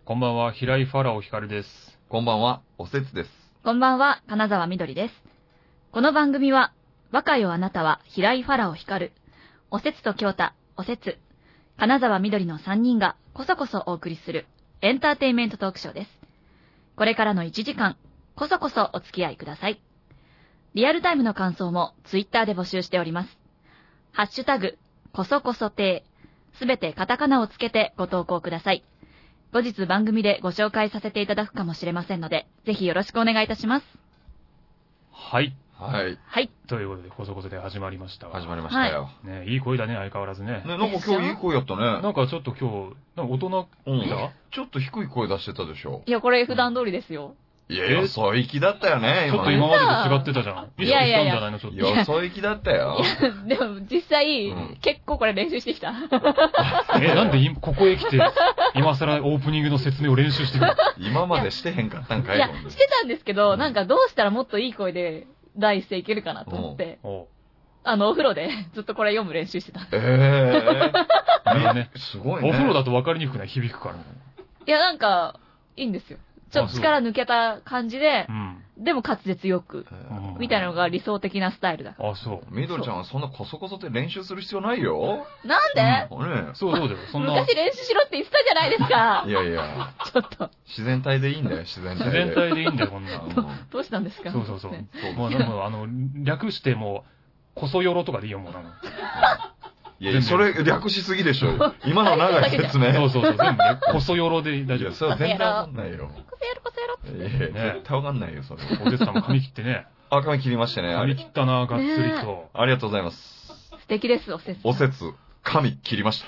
こんばんは、平井ファラオ光です。 こんばんは、おせつです。 こんばんは、金沢みどりです。この番組は、若よあなたは平井ファラオ光る、おせつと京太、おせつ、金沢みどりの3人がこそこそお送りするエンターテインメントトークショーです。これからの1時間、こそこそお付き合いください。リアルタイムの感想もツイッターで募集しております。ハッシュタグ、こそこそ亭、すべてカタカナをつけてご投稿ください。後日番組でご紹介させていただくかもしれませんので、ぜひよろしくお願いいたします。 はい。 はい。 はい。 ということで、こそこそで始まりました。 始まりましたよ。 ね、いい声だね、相変わらずね。 ね、なんか今日いい声やったね。 なんかちょっと今日、なんか大人みた、 ちょっと低い声出してたでしょ。 いや、これ普段通りですよ。 いや、よそ行きだったよね、 ちょっと今までと違ってたじゃん。 いやいやいや。 よそ行きだったよ。 いや、でも実際、結構これ練習してきた。 なんでここへ来て、今更オープニングの説明を練習してくる今までしてへんかったんかい。 いや、してたんですけど、なんかどうしたらもっといい声で第一声いけるかなと思って、お風呂でずっとこれ読む練習してた。 ね、 すごいね。 お風呂だと分かりにくくない？響くから。 いや、なんか、いいんですよ。ちょっと力抜けた感じで、でも滑舌よく、みたいなのが理想的なスタイルだ。 あ、そう。 みどりちゃんはそんなこそこそって練習する必要ないよ。 なんで？ そうだよ。そんな。 昔練習しろって言ってたじゃないですか。 いやいや。 ちょっと。 自然体でいいんだよ、自然体で。 自然体でいいんだよ、こんな。 どうしたんですか？ そう。もうでも、略しても、こそよろとかでいいよ、もうなんか。 いや、それ略しすぎでしょ。今の長い説明。 そう、全部ね、こそよろで大丈夫。 それ全然わかんないよ。 こそよろ。 いや、絶対わかんないよ、それ。 おせつさんも髪切ってね。 髪切りましてね。 髪切ったな、がっつりと。 ありがとうございます。 素敵です、おせつ。 おせつ、髪切りました。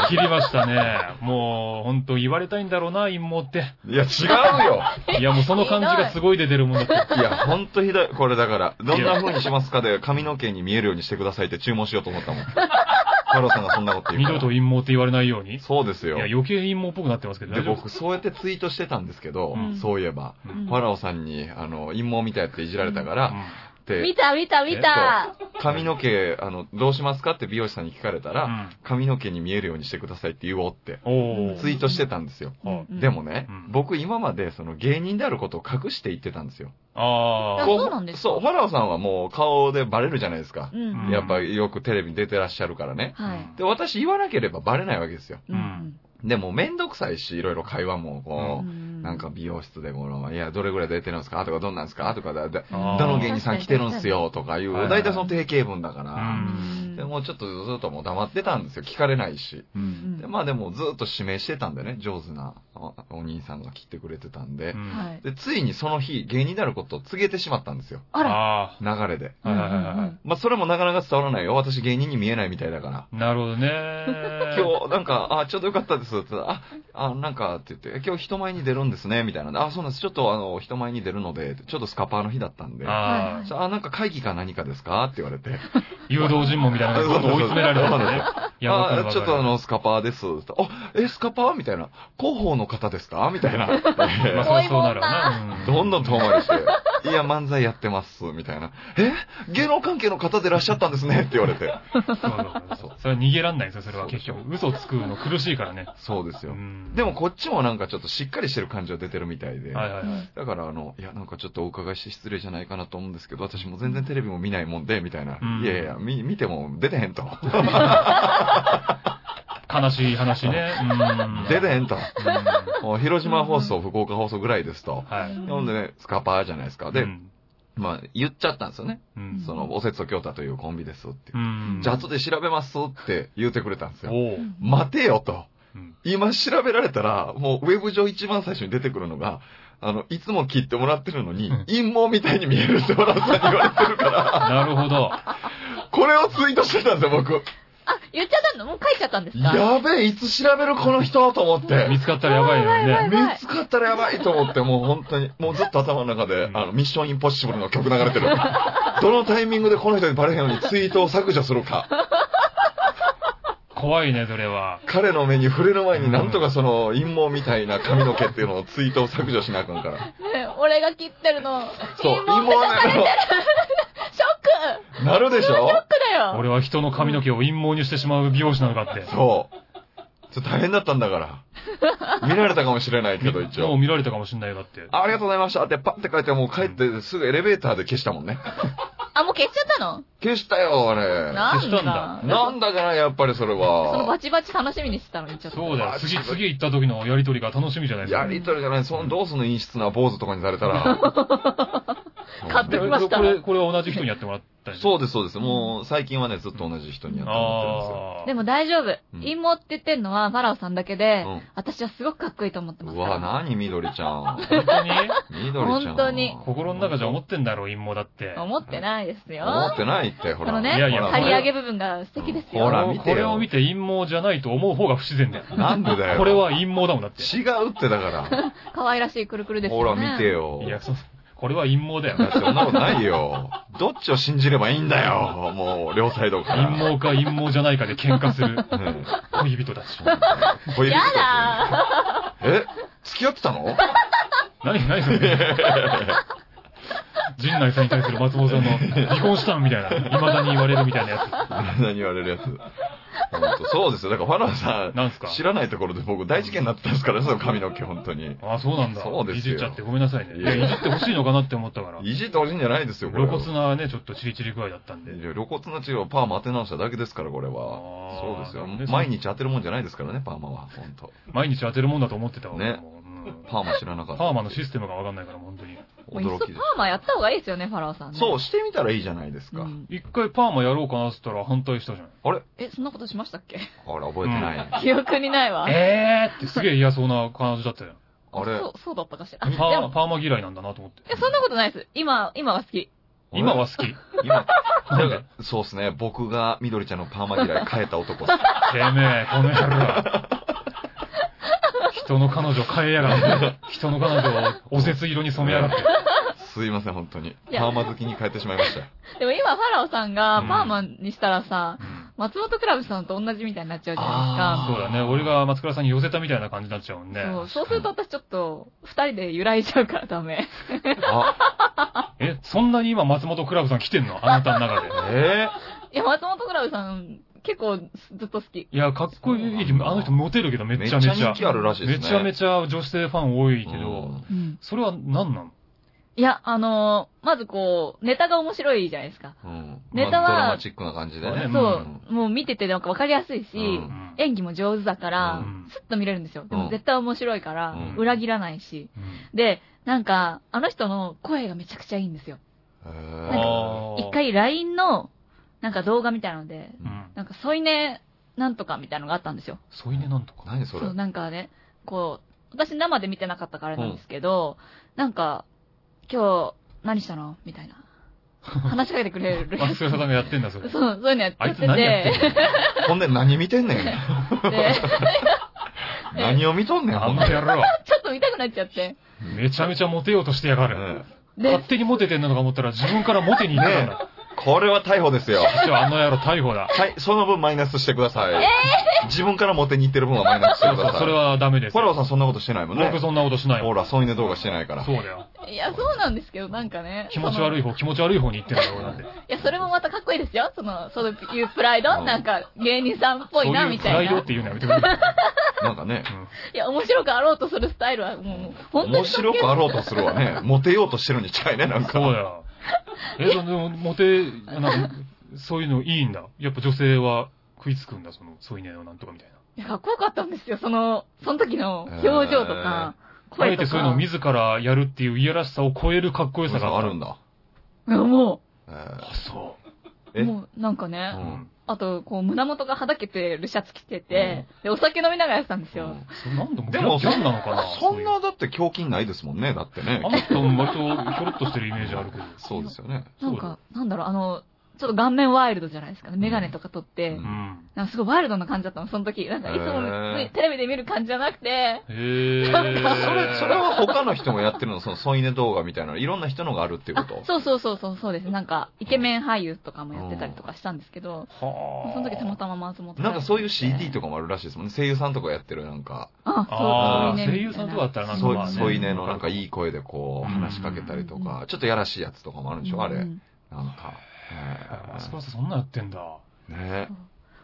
切りましたね。もう、ほんと言われたいんだろうな、陰謀って。 いや、違うよ。 いや、もうその感じがすごい出てるもんだって。 いや、ほんとひどい。これだから、どんな風にしますかで髪の毛に見えるようにしてくださいって注文しようと思ったもん。カロさんがそんなこと言うから。 二度と陰謀って言われないように。 そうですよ。 いや、余計陰謀っぽくなってますけどね。 で、僕、そうやってツイートしてたんですけど、そういえば、ファラオさんに、陰謀みたいっていじられたから、 見た。 髪の毛、どうしますかって美容師さんに聞かれたら、髪の毛に見えるようにしてくださいって言おうって、ツイートしてたんですよ。でもね、僕今までその芸人であることを隠して言ってたんですよ。 そうなんですか？ そう、ファラオさんはもう顔でバレるじゃないですか。やっぱりよくテレビに出てらっしゃるからね。で、私言わなければバレないわけですよ。でもめんどくさいし、いろいろ会話も、こう、なんか美容室でも、いや、どれぐらい出てるんですかとか、どんなんですかとか、どの芸人さん来てるんすよとかいう、だいたいその定型文だから、でもうちょっとずっともう黙ってたんですよ。聞かれないし。でまあでもずっと指名してたんでね、上手なお兄さんが来てくれてたんで、で、ついにその日、芸人であることを告げてしまったんですよ。 あら。 流れで。まあそれもなかなか伝わらないよ。私芸人に見えないみたいだから。 なるほどね。 今日、なんか、ちょうどよかったです。って言ったら、なんか、って言って、今日人前に出るんですね、みたいな。そうなんです。ちょっと人前に出るので、ちょっとスカパーの日だったんで。なんか会議か何かですかって言われて。 誘導尋問みたいなのが追い詰められたんですね。 ちょっとスカパーです。スカパーみたいな。広報の方ですかみたいな。 そうなるな。 どんどん遠回りして。いや、漫才やってます。みたいな。芸能関係の方でいらっしゃったんですねって言われて。 そう。それは逃げらんないんですよ、それは結局。嘘つくの苦しいからね。 そうですよ。でもこっちもなんかちょっとしっかりしてる感じは出てるみたいで。だからいや、なんかちょっとお伺いして失礼じゃないかなと思うんですけど、私も全然テレビも見ないもんで、みたいな。いやいや、見ても出てへんと。 悲しい話ね。 出てへんと。広島放送、福岡放送ぐらいですと。ほんでね、スカパーじゃないですか。で、まあ、言っちゃったんですよね。その、おせつと京太というコンビですって。じゃあ後で調べますって言ってくれたんですよ。待てよと。今調べられたら、もうウェブ上一番最初に出てくるのが、いつも切ってもらってるのに、陰謀みたいに見えるって笑さんに言われてるから。 なるほど。 これをツイートしてたんですよ、僕。 言っちゃったの？もう書いちゃったんですか？ やべえ、いつ調べるこの人と思って。 見つかったらやばいよね。 見つかったらやばいと思って、もう本当に、もうずっと頭の中で、ミッションインポッシブルの曲流れてる。どのタイミングでこの人にバレへんようにツイートを削除するか。 怖いね、それは。 彼の目に触れる前になんとかその陰謀みたいな髪の毛っていうのをツイートを削除しなあかんから。 ね、俺が切ってるの。 そう、陰謀ね。 ショックなるでしょ？ ショックだよ。 俺は人の髪の毛を陰謀にしてしまう美容師なのかって。 そう。 大変だったんだから。見られたかもしれないけど、一応。 もう見られたかもしれないよ、だって。 ありがとうございましたってパッて書いて、もう帰ってすぐエレベーターで消したもんね。 あ、もう消しちゃったの？ 消したよ、あれ。 なんだ。 消したんだ。 なんだかな、やっぱりそれは。 そのバチバチ楽しみにしてたのに、ちょっと。 そうだよ。次行った時のやりとりが楽しみじゃないですか。 やりとりじゃない、どうすんの陰湿な坊主とかにされたら。 買ってきました。 これは同じ人にやってもらったり。 そうです、そうです。もう、最近はね、ずっと同じ人にやってもらってるんですよ。 でも大丈夫。陰謀って言ってんのは、ファラオさんだけで、私はすごくかっこいいと思ってます。 うわ、何、みどりちゃん。 本当にみどりちゃん。 本当に。 心の中じゃ思ってんだろう、陰謀だって。 思ってないですよ。 思ってないって、ほら。 このね、刈り上げ部分が素敵ですよ。 ほら、見てよ。 これを見て陰謀じゃないと思う方が不自然だよ。 なんでだよ。 これは陰謀だもんだって。 違うってだから。 可愛らしいくるくるですよね。 ほら、見てよ。 いや、これは陰謀だよ。 そんなことないよ。どっちを信じればいいんだよ。もう、両サイドから。 陰謀か陰謀じゃないかで喧嘩する恋人たち。 恋人やだー。付き合ってたの？ 何それ。陣内さんに対する松本さんの離婚したんみたいな。未だに言われるみたいなやつ。 未だに言われるやつ。そうですよ。だからファラーさん、 なんすか知らないところで僕大事件になってたんですからね、その髪の毛、本当に。 あ、そうなんだ。 そうですよ。 いじっちゃってごめんなさいね。いや、いじってほしいのかなって思ったから。 いじってほしいんじゃないですよ、これ。 露骨なね、ちょっとチリチリ具合だったんで。 いや、露骨なチリをパーマ当て直しただけですから、これは。そうですよ。毎日当てるもんじゃないですからね、パーマは。本当。 毎日当てるもんだと思ってたわ。 ね。パーマ知らなかった。 パーマのシステムがわかんないから、本当に。 驚き。パーマやった方がいいですよね、ファラオさんね。 そう、してみたらいいじゃないですか。 一回パーマやろうかなって言ったら反対したじゃん。 あれ？ そんなことしましたっけ？ あれ、覚えてない。 記憶にないわ。 ってすげえ嫌そうな感じだったよ。 あれ？そうだったかしら。 パーマ嫌いなんだなと思って。 そんなことないです。今は好き。 今は好き。 そうですね。僕がみどりちゃんのパーマ嫌い変えた男です。 てめえ、この野郎。人の彼女変えやがって。人の彼女をおせつ色に染めやがって。 すいません、本当に。パーマ好きに変えてしまいました。 でも今、ファラオさんがパーマにしたらさ、松本クラブさんと同じみたいになっちゃうじゃないですか。 そうだね。俺が松倉さんに寄せたみたいな感じになっちゃうもんね。 そうすると私ちょっと、二人で揺らいじゃうからダメ。 そんなに今松本クラブさん来てんの？あなたの中で。 いや、松本クラブさん、結構ずっと好き。 いや、かっこいい。あの人モテるけどめちゃめちゃ。 めっちゃ人気あるらしいですね。 めちゃめちゃ女性ファン多いけど、それは何なの？ いや、まずネタが面白いじゃないですか。ネタは、 ドラマチックな感じでね。 そう、もう見ててなんかわかりやすいし、演技も上手だから、スッと見れるんですよ。でも絶対面白いから、裏切らないし。で、なんか、あの人の声がめちゃくちゃいいんですよ。なんか、一回 LINE の、なんか動画みたいなので、なんか添い寝なんとかみたいなのがあったんですよ。 添い寝なんとか？ 何それ？ そう、なんかね、私生で見てなかったからなんですけど、なんか、今日何したのみたいな。話しかけてくれる。 松倉さんがやってんだ、それ。 そういうのやってて。 あいつ何やってんの？ ほんで何見てんねん。何を見とんねん、 あんまやろう。 ちょっと見たくなっちゃって。 めちゃめちゃモテようとしてやがる。勝手にモテてんのか思ったら自分からモテに行ったんだ。 これは逮捕ですよ。 あの野郎逮捕だ。 はい、その分マイナスしてください。自分からモテに行ってる分はマイナスしてください。 それはダメです。 ファラオさんそんなことしてないもんね。 僕そんなことしない。 ほら、添い寝動画してないから。 そうだよ。 いや、そうなんですけど、なんかね。 気持ち悪い方に行ってんだろうなんて。いや、それもまたかっこいいですよ。そういうプライド、なんか、芸人さんっぽいな、みたいな。 プライドって言うのやめてくれ。 なんかね。 いや、面白くあろうとするスタイルは、もう、本当に。 面白くあろうとするわね。モテようとしてるに近いね、なんか。 そうだよ。でも、なんか、そういうのいいんだ。やっぱ女性は食いつくんだ、添い寝のなんとかみたいな。 いや、かっこよかったんですよ。その時の表情とか、声とか。 あえてそういうのを自らやるっていういやらしさを超えるかっこよさがあるんだ。 もう。 そう。 もう、なんかね。あと、胸元がはだけてるシャツ着てて、で、お酒飲みながらやってたんですよ。 でも、ギャンなのかな？ そんなだって胸筋ないですもんね、だってね。 あの人割とひょろっとしてるイメージあるけど。 そうですよね。 なんか、なんだろう、ちょっと顔面ワイルドじゃないですかね。メガネとか取って、なんかすごいワイルドな感じだったの、その時。なんかいつもテレビで見る感じじゃなくて。 それは他の人もやってるの、その添い寝動画みたいなの、いろんな人のがあるっていうこと？ そうです。なんか、イケメン俳優とかもやってたりとかしたんですけど、その時たまたま松本さん。 なんかそういう CD とかもあるらしいですもんね。声優さんとかやってるなんか。 声優さんとかだったらなんか添い寝のなんかいい声で話しかけたりとか、ちょっとやらしいやつとかもあるんでしょ、あれ。なんか。 あそこはそんなやってんだ。 ね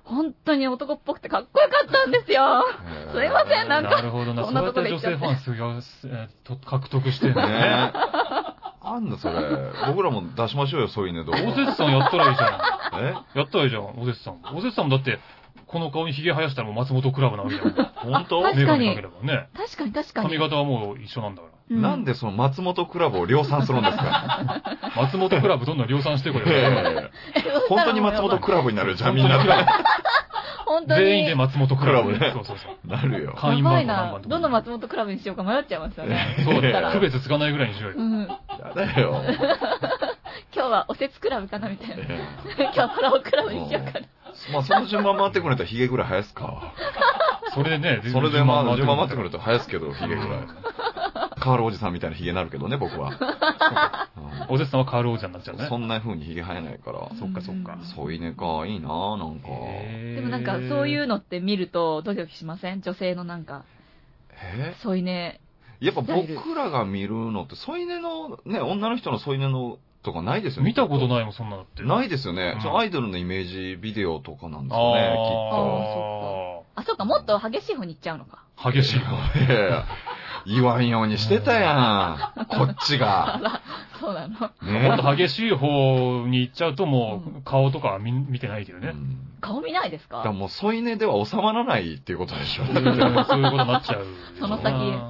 本当に男っぽくてかっこよかったんですよ。すいません、なんか。 なるほどな。そうやって女性ファン数が獲得してるんだね。 なんだそれ。僕らも出しましょうよ、そういうね。 おせつさんやったらいいじゃん。やったらいいじゃん、おせつさん。おせつさんもだって、この顔に髭生やしたらもう松本クラブなわけじゃん。 本当？ 確かに。 確かに確かに。 髪型はもう一緒なんだから。 なんでその松本クラブを量産するんですか？ 松本クラブどんどん量産してこれよ。 本当に松本クラブになるじゃん、みんな。 本当に。 全員で松本クラブね。 そうそうそう。なるよ。 会員番号何番とか。どの松本クラブにしようか迷っちゃいますよね。 そうだよ。区別つかないぐらいにしようよ。 やだよ。 今日はおせつクラブかなみたいな。今日はファラオクラブにしようかな。 まあその順番回ってくれたらヒゲぐらい生やすか。 それでね、 それでまあ順番回ってくると生やすけど、ヒゲぐらい。カールおじさんみたいなヒゲになるけどね、僕は。 おせつさんはカールおじさんになっちゃうね。 そんな風にヒゲ生えないから。 そっかそっか。 添い寝か、いいななんか。 でもなんかそういうのって見るとドキドキしません？女性のなんか。添い寝。 やっぱ僕らが見るのって、添い寝の、ね、女の人の添い寝のとかないですよね。 見たことないもん、そんなのって。 ないですよね。アイドルのイメージビデオとかなんですよね、きっと。 あ、そっか、もっと激しい方に行っちゃうのか。 激しい方。 言わんようにしてたやん。こっちが。 そうなの。 もっと激しい方に行っちゃうともう、顔とかは見てないけどね。 顔見ないですか？ だからもう添い寝では収まらないっていうことでしょ。 そういうことになっちゃう。 その先へ。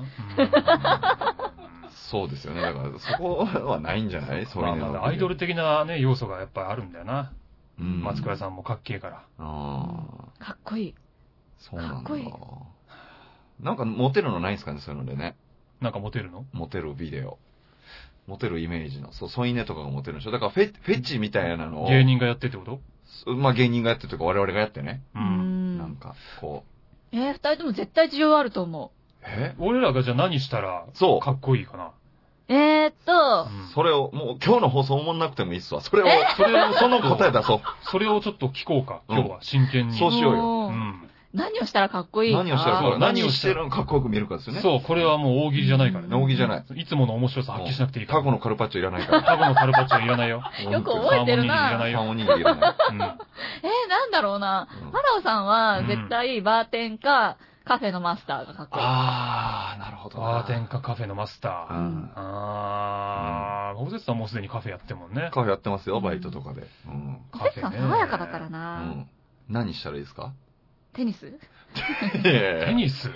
そうですよね。だからそこはないんじゃない？そういうの。 アイドル的なね、要素がやっぱりあるんだよな。松倉さんもかっけえから。 かっこいい。 そうなんだ。かっこいい。なんかモテるのないんですかね、そういうのでね。 なんかモテるの？ モテるビデオ。モテるイメージの。そう、添い寝とかがモテるんでしょ。だからフェチみたいなのを。 芸人がやってってこと？ まあ芸人がやってとか我々がやってね。なんか、こう。二人とも絶対需要あると思う。 俺らがじゃあ何したら、かっこいいかな。 それを、もう今日の放送思んなくてもいいっすわ。その答え出そう。 それをちょっと聞こうか、今日は。真剣に。 そうしようよ。 何をしたらかっこいいか。 何をしてるのかっこよく見えるかですよね。 そう、これはもう大喜利じゃないからね。 大喜利じゃない。 いつもの面白さ発揮しなくていいから。 タコのカルパッチョいらないから。 タコのカルパッチョいらないよ。 よく覚えてるな。 サーモン握りいらない。 なんだろうな。ファラオさんは絶対バーテンか、カフェのマスターがかっこいい。 なるほど。 バーテンかカフェのマスター。ホゼツさんもうすでにカフェやってもんね。 カフェやってますよ、バイトとかで。 ホゼツさん爽やかだからな。 何したらいいですか？ テニス？ テニス？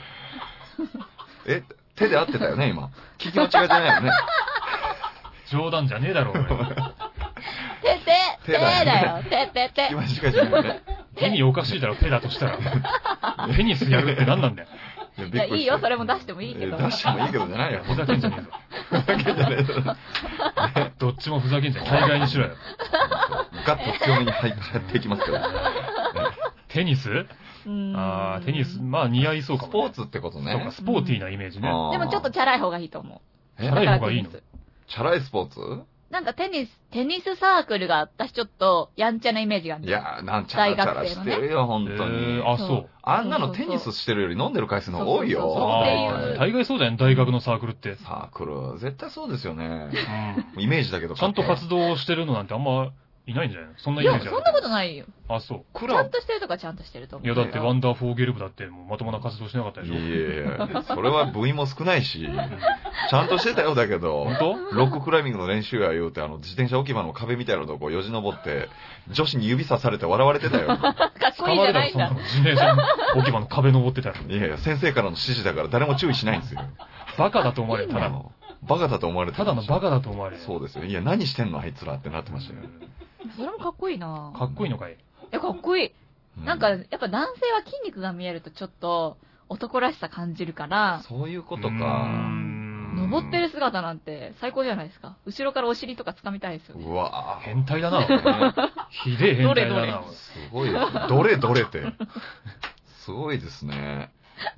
手で合ってたよね、今。聞き間違いじゃないよね。 冗談じゃねえだろ、俺。 手だよ。手。 聞き間違いじゃないよね。 意味おかしいだろ、手だとしたら。テニスやるって何なんだよ。 いや、いいよ、それも出してもいいけど。 出してもいいけどじゃないよ。 ふざけんじゃねえぞ。ふざけんじゃねえぞ。どっちもふざけんじゃねえ。大概にしろよ。 ガッと強めに入っていきますけど。 テニス？テニス、まあ似合いそうかも。 スポーツってことね。 そうか、スポーティーなイメージね。 でもちょっとチャラい方がいいと思う。 チャラい方がいいの？ チャラいスポーツ？ なんかテニスサークルが私ちょっとやんちゃなイメージがある。 いや、なんちゃらチャラしてるよ、本当に。 そう。 あんなのテニスしてるより飲んでる回数の方が多いよ。 大概そうだよね、大学のサークルって。 サークル、絶対そうですよね。イメージだけど。 ちゃんと活動してるのなんてあんまいないんじゃないの？そんなイメージある。 いや、そんなことないよ。 そう。 ちゃんとしてるとかちゃんとしてると思う。 いや、だってワンダーフォーゲル部だってもうまともな活動しなかったでしょ。 いや、それは部員も少ないし、ちゃんとしてたよ、だけど。 本当？ ロッククライミングの練習や言うて、自転車置き場の壁みたいなとこよじ登って、女子に指さされて笑われてたよ。 かっこいいじゃないんだ。 自転車置き場の壁登ってたら。 いやいや、先生からの指示だから誰も注意しないんですよ。 バカだと思われる、ただの。 バカだと思われてただのバカだと思われる。 そうですよ。いや、何してんのあいつらってなってましたよ。 それもかっこいいな。 かっこいいのかい？ いや、かっこいい。なんか、やっぱ男性は筋肉が見えるとちょっと男らしさ感じるから。 そういうことか。 登ってる姿なんて最高じゃないですか。後ろからお尻とか掴みたいですよね。 うわぁ。 変態だな。ひでえ変態だな。 すごいです。どれって。すごいですね。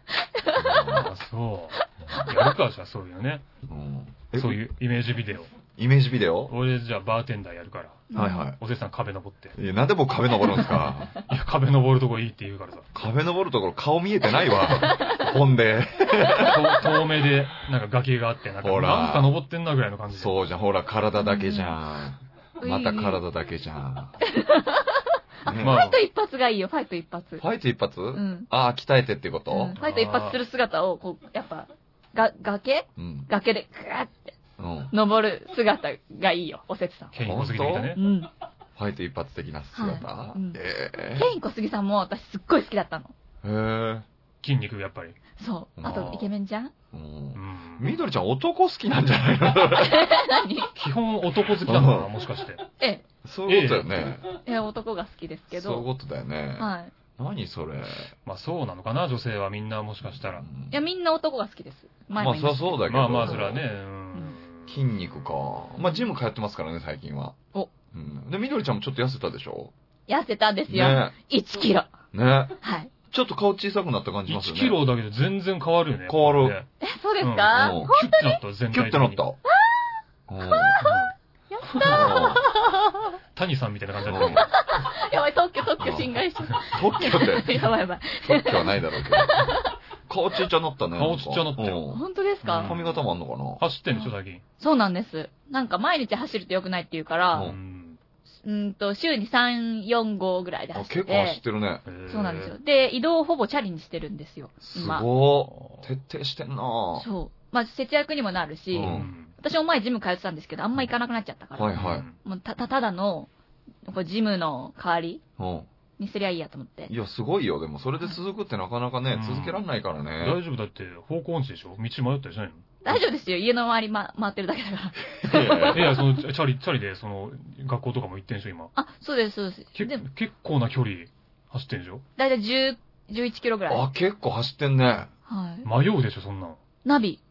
そう。やるか、じゃあそういうね。そういうイメージビデオ。 イメージビデオ？ 俺じゃあバーテンダーやるから。 はいはい。 おせさん壁登って。 いや、なんで僕壁登るんですか？ いや、壁登るとこいいって言うからさ。 壁登るところ顔見えてないわ。本で。 遠目で、なんか崖があって、なんか登ってんなぐらいの感じで。 そうじゃん、ほら、体だけじゃん。また体だけじゃん。 ファイト一発がいいよ、ファイト一発。 ファイト一発？ うん。 鍛えてってこと？ ファイト一発する姿を、こう、やっぱ、崖で、ぐーって、登る姿がいいよ、おせつさん。 ケイン小杉的なね。 うん。 ファイト一発的な姿？ ケイン小杉さんも私すっごい好きだったの。 筋肉やっぱり。 そう。あと、イケメンじゃん？ みどりちゃん男好きなんじゃないの？ 何？ 基本男好きなのかな、もしかして。 そういうことだよね。 男が好きですけど。 そういうことだよね。 はい。 何それ。 まあそうなのかな、女性はみんなもしかしたら。いや、みんな男が好きです。 まあそうだけど。 まあそれはね。 筋肉か。まあジム通ってますからね、最近は。で、みどりちゃんもちょっと痩せたでしょ？ 痩せたんですよ。1キロ。 ね。 はい。 ちょっと顔小さくなった感じますよね。 1キロだけど全然変わるよね。 変わる。 そうですか？ キュッてなった、全体的に。 キュッてなった。 やった谷さんみたいな感じだった。 やばい、特許侵害しちゃう。特許って。 やばいやばい。 特許はないだろうけど。顔ちっちゃなったね。 顔ちっちゃなったよ。 本当ですか？ 髪型もあんのかな？ 走ってんでしょ、最近。 そうなんです。なんか毎日走ると良くないって言うから、週に3、4号ぐらいで走って。 結構走ってるね。 そうなんですよ。で、移動をほぼチャリにしてるんですよ。今。 すごー。徹底してんな。 そう。まあ、節約にもなるし、私も前ジム通ってたんですけど、あんま行かなくなっちゃったから。 はいはい。 もうただの、ジムの代わりにすりゃいいやと思って。 いや、すごいよ。でも、それで続くってなかなかね、続けられないからね。 大丈夫だって、方向音痴でしょ？道迷ったりしないの？ 大丈夫ですよ。家の周り回ってるだけだから。 いや、チャリで、学校とかも行ってんでしょ、今。 そうです、そうです。 結構な距離走ってんでしょ？ だいたい11キロぐらい。 結構走ってんね。 はい。 迷うでしょ、そんなん。 ナビ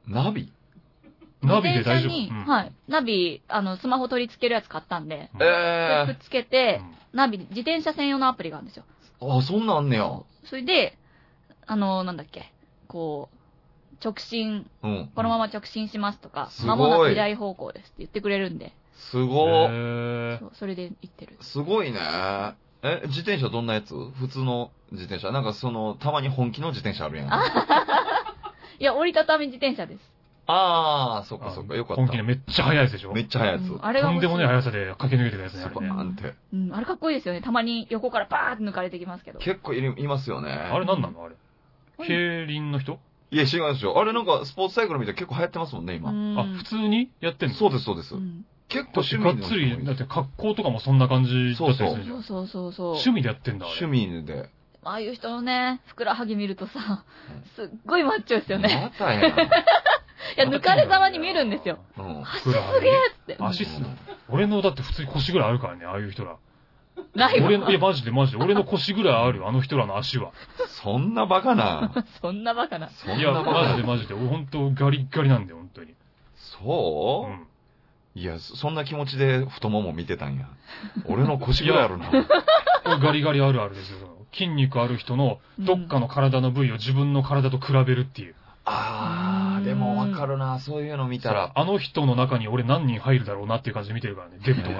で大丈夫？ はい。ナビ、スマホ取り付けるやつ買ったんで。くっつけて、自転車専用のアプリがあるんですよ。 そんなんあんねや。 それで、なんだっけ、こう、直進、このまま直進しますとか、間もなく左方向ですって言ってくれるんで。 すごー。それで行ってる。 すごいね。自転車どんなやつ？普通の自転車？なんかたまに本気の自転車あるやん。 いや、折りたたみ自転車です。 そっかそっか、よかった。 本気でめっちゃ速いやつでしょ？ めっちゃ速いやつ。 あれがとんでもない速さで駆け抜けてるやつね。 スパーンって。 あれかっこいいですよね。たまに横からバーって抜かれてきますけど。 結構いますよね。 あれなんなのあれ。競輪の人？ いや、違うんですよ。あれなんかスポーツサイクル見て結構流行ってますもんね、今。 普通にやってんの？ そうです、そうです。結構趣味がっつり、だって格好とかもそんな感じだったりするじゃん。 そう。 趣味でやってんだ、あれ。 趣味で。 ああいう人のね、ふくらはぎ見るとさ、すっごいマッチョですよね。 またやん。いや、抜かれざまに見るんですよ。足すげえって。 足すの？俺のだって普通に腰ぐらいあるからね、ああいう人ら。 ないわ。 いや、マジで。俺の腰ぐらいある、あの人らの足は。 そんなバカな。 いや、マジで。俺ほんとガリッガリなんだよ、ほんとに。 そう？いや、そんな気持ちで太もも見てたんや。俺の腰ぐらいあるな。 ガリガリあるあるですよ。筋肉ある人のどっかの体の部位を自分の体と比べるっていう。 でもわかるな、そういうの見たら。 あの人の中に俺何人入るだろうなっていう感じで見てるからね、デブとか。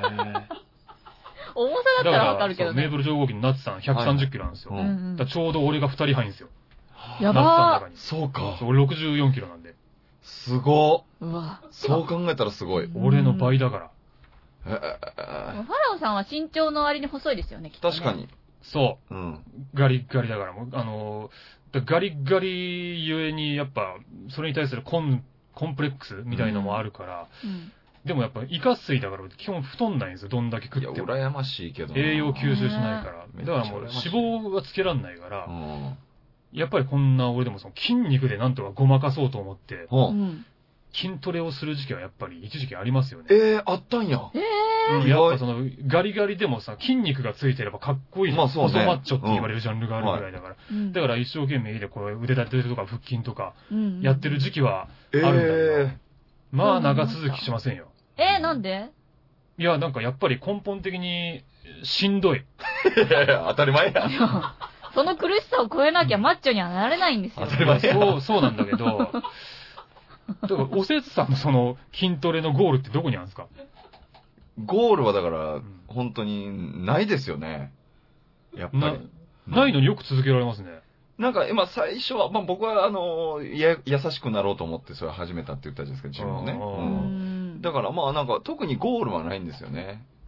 重さだったらわかるけどね。 メーブル超合金のナツさん130キロなんですよ。だちょうど俺が2人入るんですよ。 やばー。 そうか。 俺64キロなんで。 すごー。うわ。 そう考えたらすごい。 俺の倍だから。 ファラオさんは身長の割に細いですよね、きっとね。 確かに。 そう。ガリッガリだからもう、ガリッガリゆえに、やっぱ、それに対するコンプレックスみたいのもあるから、でもやっぱ、イカ水だから基本太んないんですよ、どんだけ食っても。 いや、羨ましいけど。 栄養吸収しないから。だからもう、脂肪はつけらんないから、やっぱりこんな俺でもその筋肉でなんとかごまかそうと思って、筋トレをする時期はやっぱり一時期ありますよね。 あったんや。 やっぱその、ガリガリでもさ、筋肉がついてればかっこいいじゃん。細マッチョって言われるジャンルがあるぐらいだから。だから一生懸命でこう腕立てとか腹筋とか、やってる時期はあるんだけど、まあ長続きしませんよ。 なんで？ いや、なんかやっぱり根本的にしんどい。 当たり前や。 その苦しさを超えなきゃマッチョにはなれないんですよ。 当たり前や。 そうなんだけど、だからおせつさんのその筋トレのゴールってどこにあるんですか？ ゴールはだから、本当にないですよね。やっぱり。 ないのによく続けられますね。 なんか今最初は、僕は優しくなろうと思ってそれ始めたって言ったじゃないですか、自分をね。だからなんか特にゴールはないんですよね。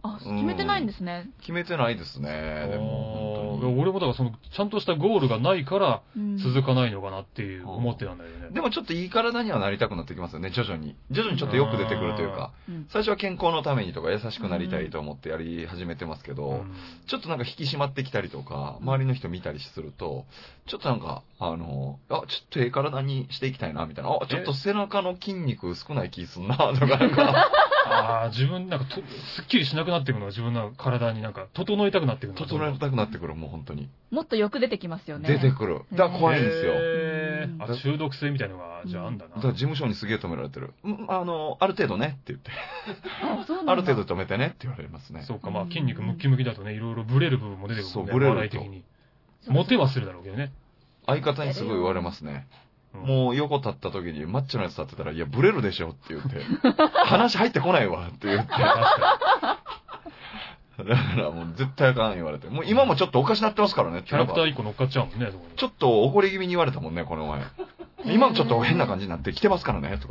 決めてないんですね。 決めてないですね。でも俺もだからちゃんとしたゴールがないから続かないのかなっていう思ってたんだよね。 でもちょっといい体にはなりたくなってきますよね、徐々に。徐々にちょっとよく出てくるというか、最初は健康のためにとか優しくなりたいと思ってやり始めてますけど、ちょっとなんか引き締まってきたりとか、周りの人見たりすると、ちょっとなんか、ちょっと体にしていきたいな、みたいな。ちょっと背中の筋肉少ない気すんな、とかなんか。 自分なんかすっきりしなくなってくるのは自分の体になんか整えたくなってくるの。 整えたくなってくる、もう本当に。 もっとよく出てきますよね。 出てくる。だから怖いんですよ。 中毒性みたいのが、じゃああんだな。 だから事務所にすげえ止められてる。ある程度ねって言って。ある程度止めてねって言われますね。 そうか、まあ筋肉ムキムキだとね、いろいろブレる部分も出てくるもんね。そう、ブレる。笑い的に。モテはするだろうけどね。 相方にすごい言われますね。もう横立った時にマッチョのやつ立ってたら、いや、ブレるでしょって言って、話入ってこないわって言って。だからもう絶対あかん言われて。もう今もちょっとおかしなってますからね。 キャラクター1個乗っかっちゃうもんね、そこに。 ちょっと怒り気味に言われたもんね、この前。今もちょっと変な感じになってきてますからね、とか。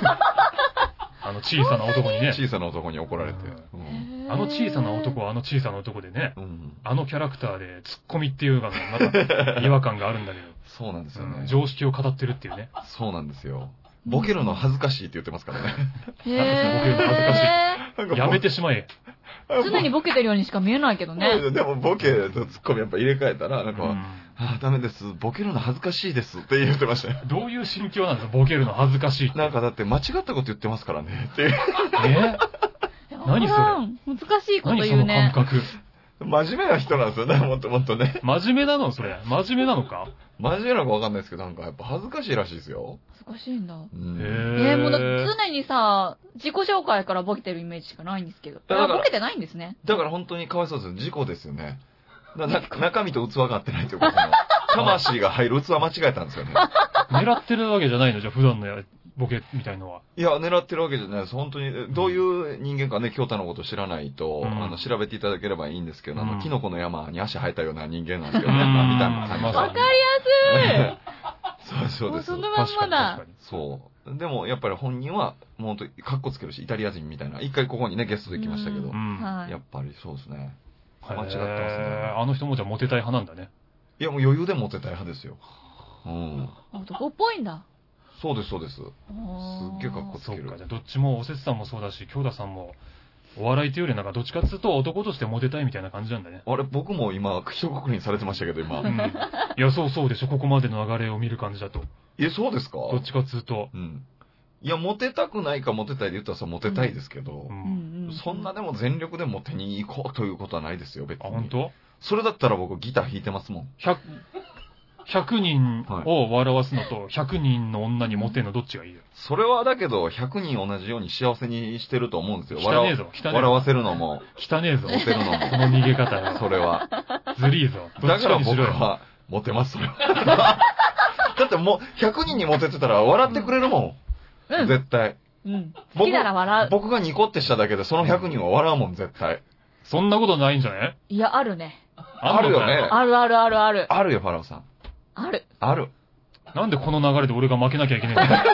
小さな男にね。 小さな男に怒られて。 小さな男は小さな男でね。キャラクターでツッコミっていうのがまた違和感があるんだけど。 そうなんですよね。 常識を語ってるっていうね。 そうなんですよ。ボケるの恥ずかしいって言ってますからね。 ボケるの恥ずかしい。やめてしまえ。 常にボケてるようにしか見えないけどね。 でもボケとツッコミやっぱ入れ替えたら、なんか、ダメです。ボケるの恥ずかしいですって言ってましたよ。 どういう心境なんですか、ボケるの恥ずかしいって。 なんかだって間違ったこと言ってますからねっていう。 何それ。 難しいこと言うね。 何その感覚。 真面目な人なんですよね、もっともっとね。 真面目なのそれ。真面目なのか真面目なのかわかんないですけど、なんかやっぱ恥ずかしいらしいですよ。 恥ずかしいんだ。もう常にさ、自己紹介からボケてるイメージしかないんですけど。ボケてないんですね。 だから本当にかわいそうですよ。事故ですよね。中身と器が合ってないということの、魂が入る器間違えたんですよね。 狙ってるわけじゃないのじゃあ普段のボケみたいのは。 いや、狙ってるわけじゃないです。本当に、どういう人間かね、京太のこと知らないと、調べていただければいいんですけど、キノコの山に足生えたような人間なんですけどね、みたいな感じ。 わかりやすいそうです。 そのまんまだ。 そう。でも、やっぱり本人は、もう本当カッコつけるし、イタリア人みたいな。一回ここにね、ゲストで来ましたけど、やっぱりそうですね。間違ってますね。 あの人もじゃあモテたい派なんだね。 いや、もう余裕でモテたい派ですよ。 男っぽいんだ。 そうです、そうです。すっげえかっこつける。 そうか、じゃあどっちも、おせつさんもそうだし、京田さんも、お笑いというよりなんかどっちかっていうと男としてモテたいみたいな感じなんだね。 あれ、僕も今、一括りにされてましたけど、今。 いや、そうでしょ、ここまでの流れを見る感じだと。 そうですか？ どっちかっつうと。 いや、モテたくないかモテたいで言ったらモテたいですけど、そんなでも全力でモテに行こうということはないですよ、別に。 あ、本当？ それだったら僕ギター弾いてますもん。 100人を笑わすのと、100人の女にモテるのどっちがいいよ。 それはだけど、100人同じように幸せにしてると思うんですよ。 汚ねえぞ。 笑わせるのも。 汚ねえぞ。 モテるのも。 その逃げ方よ。 それは。 ずりーぞ。 だから僕は、モテます、それは。だってもう、100人にモテてたら笑ってくれるもん。絶対。 好きなら笑う。 僕がニコってしただけで、その100人は笑うもん、絶対。 そんなことないんじゃね？ いや、あるね。 あるよね。 ある。 あるよ、ファラオさん。 ある。 なんでこの流れで俺が負けなきゃいけないんだよ。 だ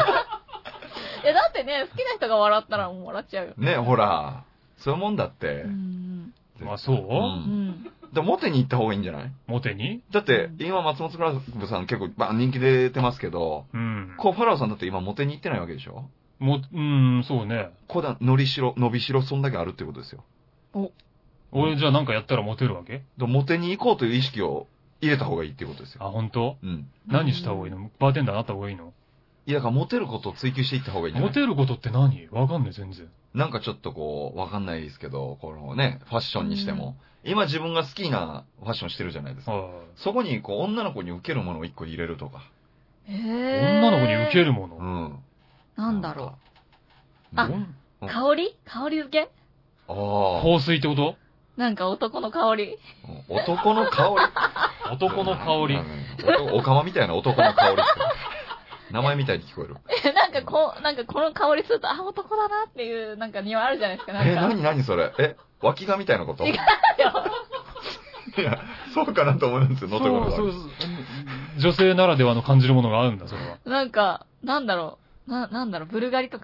ってね、好きな人が笑ったらもう笑っちゃうよ。 ね、ほら。そういうもんだって。 あ、そう？ でモテに行った方がいいんじゃない？ モテに？ だって、今松本クラブさん結構人気出てますけど、ファラオさんだって今モテに行ってないわけでしょ？ そうね。 伸びしろそんだけあるってことですよ。 俺じゃあなんかやったらモテるわけ？ モテに行こうという意識を入れた方がいいってことですよ。 あ、本当？何した方がいいの？バーテンダーになった方がいいの？ いや、だからモテることを追求していった方がいいんじゃない？ モテることって何？わかんない、全然。 なんかちょっとこう、わかんないですけど、このね、ファッションにしても、今自分が好きなファッションしてるじゃないですか。そこにこう、女の子に受けるものを一個入れるとか。 女の子に受けるもの？ なんだろう。あ、香り付け？ 香水ってこと？ なんか男の香り。 男の香り？ 男の香り。 おかまみたいな男の香りって。名前みたいに聞こえる。 なんかこの香りすると、男だなっていう、なんか匂いあるじゃないですか。 何それ？脇がみたいなこと？違うよ。いや、そうかなと思うんですよ、 そう。女性ならではの感じるものがあるんだ、それは。 なんか、なんだろう、ブルガリとか？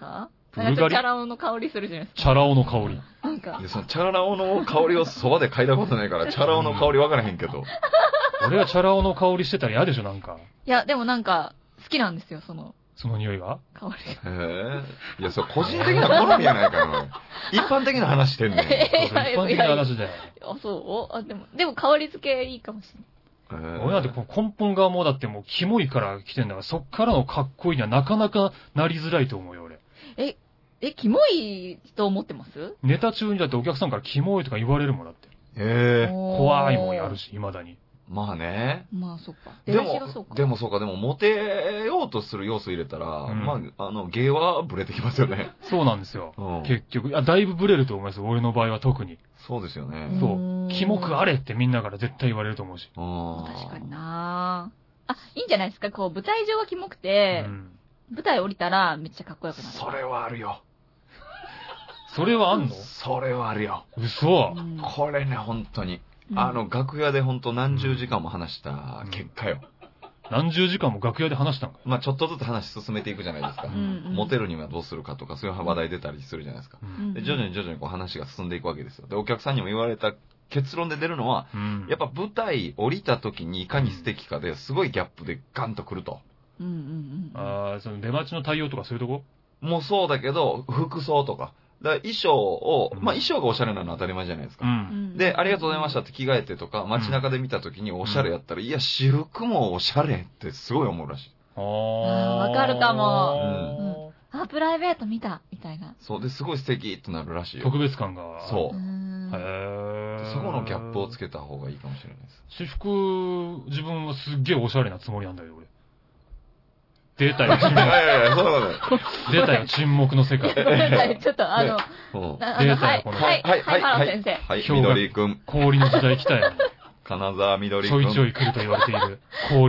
ブルガリチャラ男の香りするじゃないですか。 チャラ男の香り。 なんか。 そのチャラ男の香りをそばで嗅いだことないから、チャラ男の香りわからへんけど。 俺はチャラ男の香りしてたら嫌でしょ、なんか。 いや、でもなんか、好きなんですよ、その匂いが香り。 いや、それ個人的な好みやないかよ。一般的な話してんねん。 一般的な話だよ。 あ、そうでも香り付けいいかもしれない。 俺なんて根本がもうだってもうキモいから来てんだから、そっからのかっこいいにはなかなかなりづらいと思うよ、俺。 キモいと思ってます？ ネタ中にだってお客さんからキモいとか言われるもんだって。怖いもんやるし、未だに。 まあね。 まあ、そっか。 でもそうか、モテようとする要素入れたら、まあ、芸はブレてきますよね。 そうなんですよ。結局。だいぶブレると思います。俺の場合は特に。 そうですよね。 そう。キモくあれってみんなから絶対言われると思うし。 確かになぁ。いいんじゃないですか。舞台上がキモくて、舞台降りたらめっちゃかっこよくなる。 それはあるよ。 それはあんの？ それはあるよ。 嘘。 これね、本当に。楽屋で本当何十時間も話した結果よ。 何十時間も楽屋で話したんか？ まあちょっとずつ話進めていくじゃないですか。モテるにはどうするかとか、そういう話題出たりするじゃないですか。で徐々に話が進んでいくわけですよ。で、お客さんにも言われた結論で出るのは、やっぱ舞台降りた時にいかに素敵かですごいギャップでガンと来ると。 その出待ちの対応とかそういうとこ？ もうそうだけど、服装とか。だから衣装を、まあ衣装がおしゃれなのは当たり前じゃないですか。で、ありがとうございましたって着替えてとか、街中で見た時におしゃれやったら、いや、私服もおしゃれってすごい思うらしい。 わかるかも。プライベート見た、みたいな。 そう、で、すごい素敵ってなるらしいよ。 特別感が。 そう。そこのギャップをつけた方がいいかもしれないです。 私服、自分はすっげえおしゃれなつもりなんだよ、俺。出たよ、沈黙。出たよ、沈黙の世界。 ちょっと出たよ、この。 はい、先生。 はい、緑くん。 氷の時代来たよ。 金沢緑くん。 ちょいちょい来ると言われている。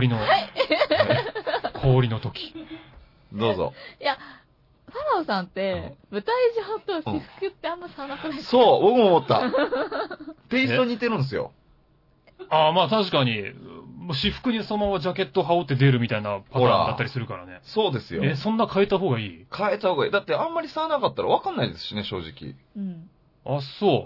氷の時。 どうぞ。 いや、ファラオさんって、舞台上と私服ってあんま差なくないですか？ そう、僕も思った。テイスト似てるんですよ。 まあ確かに、私服にそのままジャケット羽織って出るみたいなパターンだったりするからね。 そうですよ。 そんな変えた方がいい？ 変えた方がいい。だってあんまり差なかったら分かんないですしね、正直。 そう。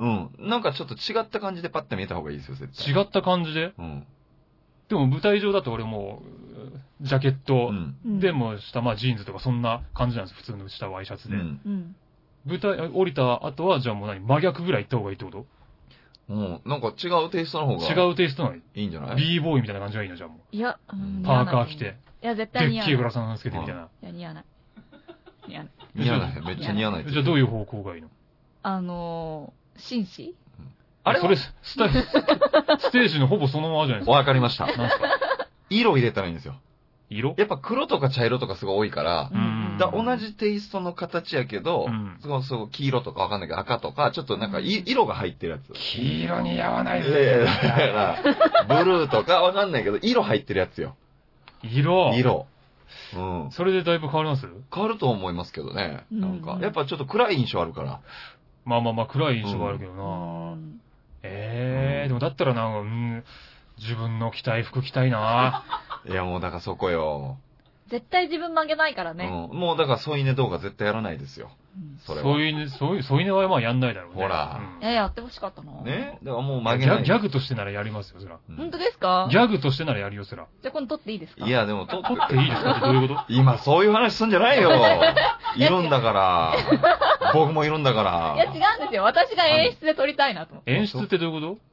なんかちょっと違った感じでパッて見えた方がいいですよ、絶対。 違った感じで？でも舞台上だと俺もジャケットでも下、まあジーンズとかそんな感じなんです。普通の下ワイシャツで。舞台降りた後はじゃあもう真逆ぐらい行った方がいいってこと？ なんか違うテイストの方が。 違うテイストの方がいいんじゃない？ B ボーイみたいな感じがいいのじゃあもう。 いや、 パーカー着て。 いや、絶対似合わない。 でっけえブラサンつけてみたいな。 いや、似合わない。 似合わない。めっちゃ似合わない。 じゃあどういう方向がいいの？ 紳士？ あれそれ、ステージのほぼそのままじゃないですか。 わかりました。なんすか？色入れたらいいんですよ。 色？ やっぱ黒とか茶色とかすごい多いから、同じテイストの形やけど、そう黄色とかわかんないけど赤とか、ちょっとなんか色が入ってるやつ。 黄色似合わないですね。だからブルーとかわかんないけど、色入ってるやつよ。 色。それでだいぶ変わります？ 変わると思いますけどね。なんか、やっぱちょっと暗い印象あるから。 まあ暗い印象があるけどな。でもだったらなんか、自分の着たい服着たいな。 いやもうだからそこよ。 絶対自分曲げないからね。 もうだから添い寝動画絶対やらないですよ。それは。 添い寝はまあやんないだろうね。 ほら。 やってほしかったな。 ね。だからもう曲げない。 ギャグとしてならやりますよ、そら。 本当ですか？ ギャグとしてならやるよ、そら。 じゃあ今度撮っていいですか？ いやでも撮っていいですかってどういうこと？ 今そういう話すんじゃないよ。いるんだから。僕もいるんだから。 いや違うんですよ。私が演出で撮りたいなと思って。 演出ってどういうこと？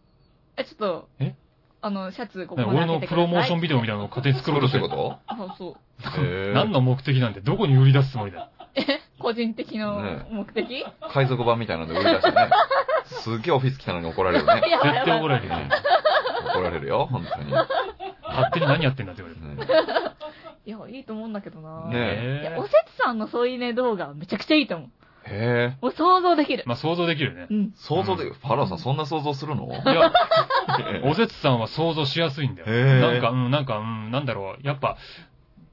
ちょっと。シャツここ俺のプロモーションビデオみたいなのを勝手に作ろうとしてるってこと？ そう。 何の目的なんてどこに売り出すつもりだ？ 個人的な目的？ 海賊版みたいなので売り出してね。すっげえオフィス来たのに怒られるね。 絶対怒られるね。 怒られるよ、本当に。 勝手に何やってんだって言われる。 いや、いいと思うんだけどな。 ねえ。おせつさんの添い寝動画めちゃくちゃいいと思う。 へえ。 もう想像できる。 まあ想像できるね。 想像で、ファラオさんそんな想像するの？いや、おせつさんは想像しやすいんだよ。なんだろう、やっぱ、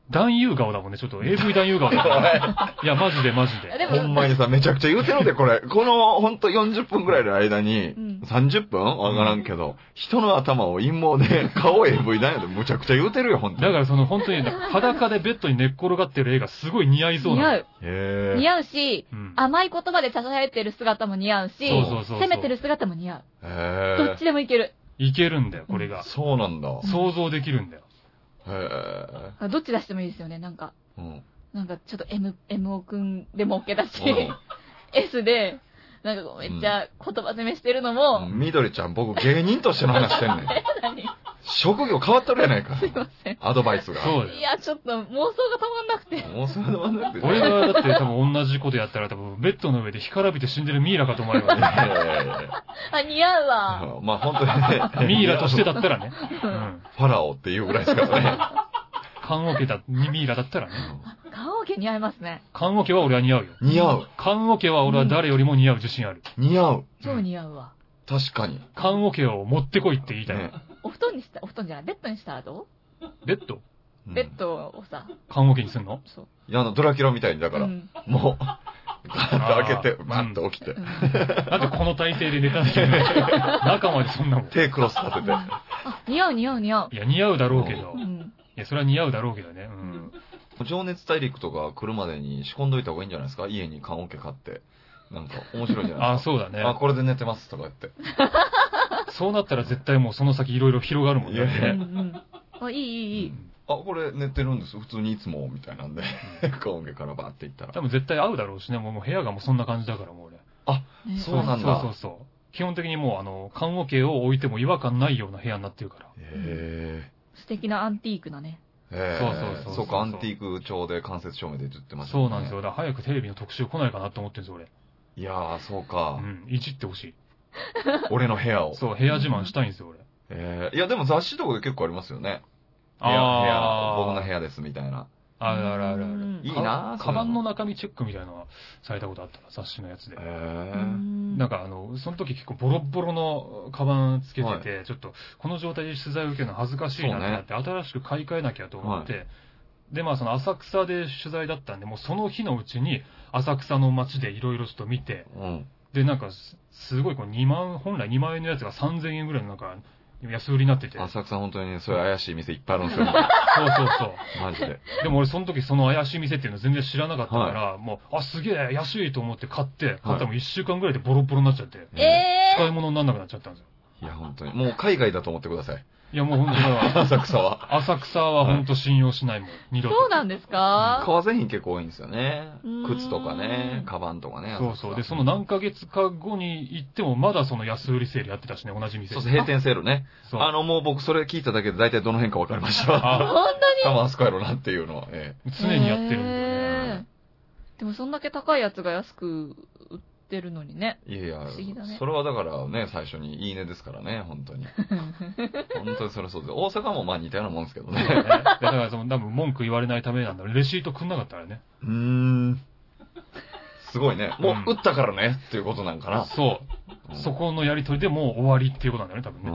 男優顔だもんね、ちょっと AV 男優顔だもんね。いや、マジで。 ほんまにさ、めちゃくちゃ言うてるで、これ。この、ほんと40分くらいの間に、30分わからんけど、人の頭を陰謀で、顔 AV 男優でむちゃくちゃ言うてるよ、ほんとに。 だから本当に、裸でベッドに寝っ転がってる絵がすごい似合いそうなの。 似合うし、甘い言葉で囁いてる姿も似合うし、攻めてる姿も似合う。どっちでもいける。 いけるんだよ、これが。 そうなんだ。 想像できるんだよ。 どっち出してもいいですよね、なんか。なんかちょっと MO くんでも OK だし、S で、なんかめっちゃ言葉攻めしてるのも。 みどりちゃん、僕芸人としての話してんねん。職業変わっとるやないか。 すいません。 アドバイスが。 そういや、ちょっと妄想が止まんなくて。 妄想が止まんなくて。 俺がだって多分同じことやったら多分ベッドの上で干からびて死んでるミイラかと思われるわね。 あ、似合うわ。 まあ本当にね。 ミイラとしてだったらね。 ファラオっていうぐらいですからね。 棺桶だ、ミイラだったらね。 棺桶似合いますね。 棺桶は俺は似合うよ。 似合う。 棺桶は俺は誰よりも似合う自信ある。 似合う。 超似合うわ。 確かに。 棺桶を持ってこいって言いたい。 お布団じゃない、ベッドにしたらどう？ベッド？ ベッドをさ。 棺桶にすんの？ そう。 いや、ドラキュラみたいに、だから、もう、ガーッと開けて、バッと起きて。 なんでこの体勢で寝たんだけどね。中までそんなもん。 手クロスさせて。 似合う。いや、 似合うだろうけど。いや、それは似合うだろうけどね。 情熱大陸とか来るまでに仕込んどいた方がいいんじゃないですか？家に棺桶買って。なんか面白いじゃないですか。 あ、そうだね。 あ、これで寝てますとか言って。 そうなったら絶対もうその先いろいろ広がるもんね。 あ、いい。 あ、これ寝てるんです。普通にいつも、みたいなんで。棺桶からバーって行ったら。 多分絶対合うだろうしね。もう部屋がもうそんな感じだからもう俺。 あ、そうなんだ。 そう。基本的にもう棺桶を置いても違和感ないような部屋になってるから。 素敵なアンティークなね。 そうか、アンティーク調で間接照明で言ってましたね。そうなんですよ。だから早くテレビの特集来ないかなと思ってるんですよ、俺。 いやー、そうか。 いじってほしい。 俺の部屋を。 そう、部屋自慢したいんですよ、 俺。いや、でも雑誌とかで結構ありますよね。僕の部屋です、みたいな。 ある。 いいなカバンの中身チェックみたいなのはされたことあったな、雑誌のやつで。なんかその時結構ボロボロのカバンつけてて、ちょっとこの状態で取材を受けるの恥ずかしいなってなって、新しく買い替えなきゃと思って、で、その浅草で取材だったんで、もうその日のうちに浅草の街でいろいろちょっと見て、で、なんかすごい本来2万円のやつが3000円ぐらいのなんか、安売りになってて。 浅草本当にね、そういう怪しい店いっぱいあるんですよ。 そう。 マジで。 でも俺その時その怪しい店っていうの全然知らなかったから、もう、すげえ安いと思って買ったらもう1週間ぐらいでボロボロになっちゃって。使い物にならなくなっちゃったんですよ。 いや、本当に。もう海外だと思ってください。 いや、もう本当だ。 浅草は。 浅草は本当信用しないもん。二度と。 そうなんですか？ 革製品結構多いんですよね。靴とかね、カバンとかね。 そう。で、その何ヶ月か後に行ってもまだその安売りセールやってたしね、同じ店。 そう、閉店セールね。もう僕それ聞いただけで大体どの辺か分かりました。 本当に？ 多分あそこやろうなっていうのは。 常にやってるんだよね。 でもそんだけ高いやつが安く売ってるのにね。 いや、それはだからね、最初にいいねですからね、本当に。本当にそれそうです。大阪も似たようなもんですけどね。 だから多分文句言われないためなんだ。レシートくんなかったらね。 すごいね。もう打ったからねっていうことなんかな。 そう。そこのやりとりでもう終わりっていうことなんだよね、多分ね。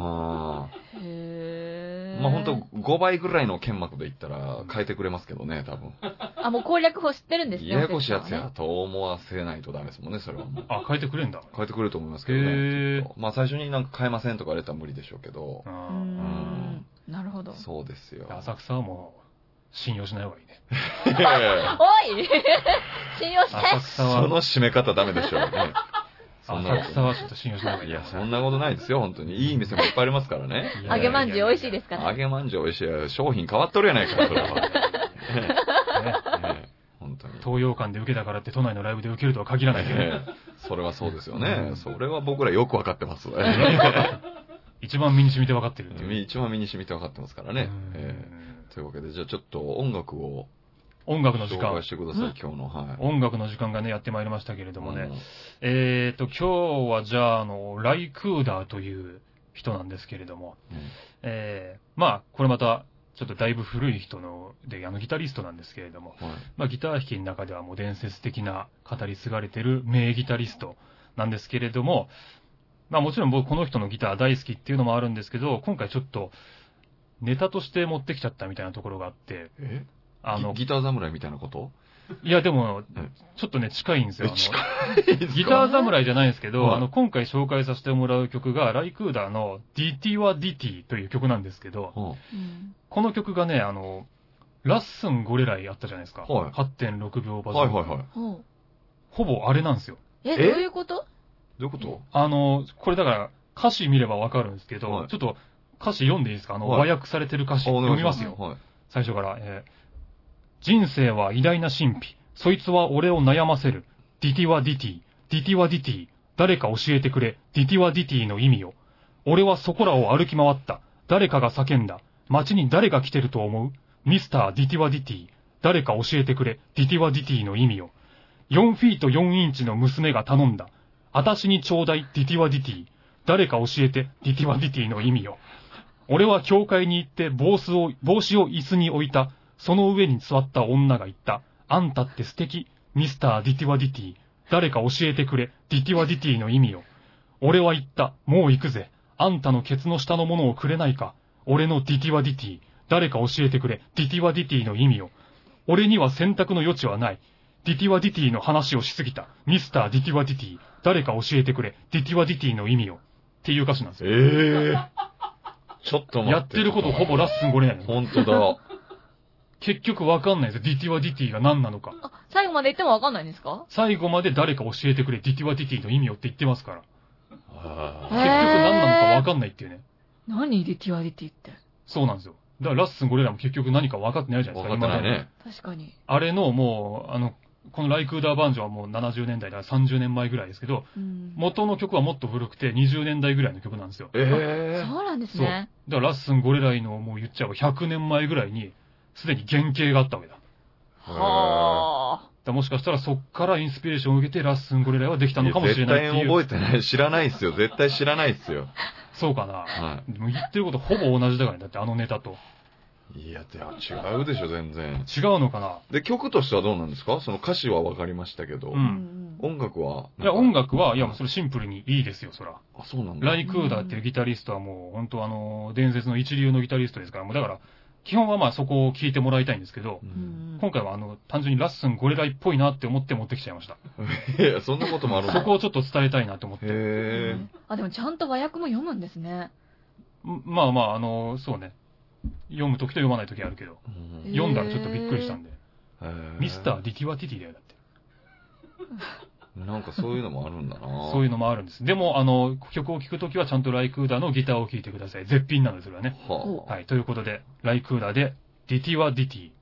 本当5倍ぐらいの剣幕で言ったら変えてくれますけどね、多分。 もう攻略法知ってるんですね。 ややこしいやつやと思わせないとダメですもんね、それはもう。 変えてくれんだ。 変えてくれると思いますけどね。最初になんか変えませんとか言われたら無理でしょうけど。 なるほど。 そうですよ。 浅草はもう、信用しない方がいいね。 おい信用して。 浅草は。その締め方ダメでしょうね。 浅草はちょっと信用しない方がいい。 いや、そんなことないですよ、本当に。いい店もいっぱいありますからね。 揚げまんじゅう美味しいですから。 揚げまんじゅう美味しい。商品変わっとるやないか、それは。本当に。 東洋館で受けたからって都内のライブで受けるとは限らないけど。 それはそうですよね。それは僕らよくわかってます。 一番身に染みてわかってるっていう。 一番身に染みてわかってますからね。というわけで、じゃあちょっと音楽の時間。紹介してください、今日の。 音楽の時間がね、やってまいりましたけれどもね。今日はじゃあ、ライクーダーという人なんですけれども、これまた、ちょっとだいぶ古い人で、ギタリストなんですけれども、ギター弾きの中ではもう伝説的な語り継がれてる名ギタリストなんですけれども、もちろん僕この人のギター大好きっていうのもあるんですけど、今回ちょっとネタとして持ってきちゃったみたいなところがあって、 ギター侍みたいなこと？ いや、でも、ちょっとね、近いんですよ。ギター侍じゃないんですけど、今回紹介させてもらう曲が、ライクーダーの DT は DT という曲なんですけど、この曲がね、ラッスンゴレライあったじゃないですか。はい、8.6 秒バズ。はいはいはい。ほぼあれなんですよ。 どういうこと？ どういうこと？ これだから、歌詞見ればわかるんですけど、ちょっと歌詞読んでいいですか？和訳されてる歌詞読みますよ。最初から、人生は偉大な神秘。そいつは俺を悩ませる。ディティはディティ。ディティはディティ。誰か教えてくれ。ディティはディティの意味を。俺はそこらを歩き回った。誰かが叫んだ。街に誰が来てると思う？ミスターディティはディティ。誰か教えてくれ。ディティはディティの意味を。4フィート4インチの娘が頼んだ。あたしにちょうだい。ディティはディティ。誰か教えて。ディティはディティの意味を。俺は教会に行って帽子を椅子に置いた。その上に座った女が言った。あんたって素敵。ミスターディティワディティ。誰か教えてくれ。ディティワディティの意味を。俺は言った。もう行くぜ。あんたのケツの下のものをくれないか。俺のディティワディティ。誰か教えてくれ。ディティワディティの意味を。俺には選択の余地はない。ディティワディティの話をしすぎた。ミスターディティワディティ。誰か教えてくれ。ディティワディティの意味を。っていう歌詞なんですよ。 ちょっと待って。 やってることほぼラッスンゴレない。 ほんとだ。 結局わかんないですよ。ディティワディティが何なのか。 最後まで言ってもわかんないんですか？ 最後まで誰か教えてくれ。ディティワディティの意味をって言ってますから。結局何なのかわかんないっていうね。 何ディティワディティって。 そうなんですよ。だからラッスンゴレラも結局何か分かってないじゃないですか。 分かってないね。 確かに。 あれのもう、このライクーダーバンジョンはもう70年代だから30年前ぐらいですけど、元の曲はもっと古くて20年代ぐらいの曲なんですよ。 そうなんですね。 そう。だからラッスンゴレライのもう言っちゃえば100年前ぐらいに、すでに原型があったわけだ。 はあ。もしかしたらそっからインスピレーションを受けてラッスンゴレライはできたのかもしれないっていう。 絶対覚えてない。知らないっすよ。絶対知らないっすよ。 そうかな。はい。でも言ってることほぼ同じだからね。だってあのネタと。 いや、違うでしょ、全然。 違うのかな。 で、曲としてはどうなんですか？その歌詞は分かりましたけど。音楽は？ いや、音楽は、いや、それシンプルにいいですよ、そら。 あ、そうなんだ。 ライクーダーっていうギタリストはもう、本当伝説の一流のギタリストですから、もうだから、基本はまあそこを聞いてもらいたいんですけど、今回は単純にラッスンゴレライっぽいなって思って持ってきちゃいました。 いや、そんなこともあるんだ。 そこをちょっと伝えたいなと思って。 あ、でもちゃんと和訳も読むんですね。 まあまあ、そうね。読むときと読まないときあるけど、読んだらちょっとびっくりしたんで。ミスターディティワティティだよ、だって。 なんかそういうのもあるんだな。 そういうのもあるんです。でも、曲を聴くときはちゃんとライクーダーのギターを聴いてください。絶品なんです、それはね。はい。ということで、ライクーダーで、ディティワディティ。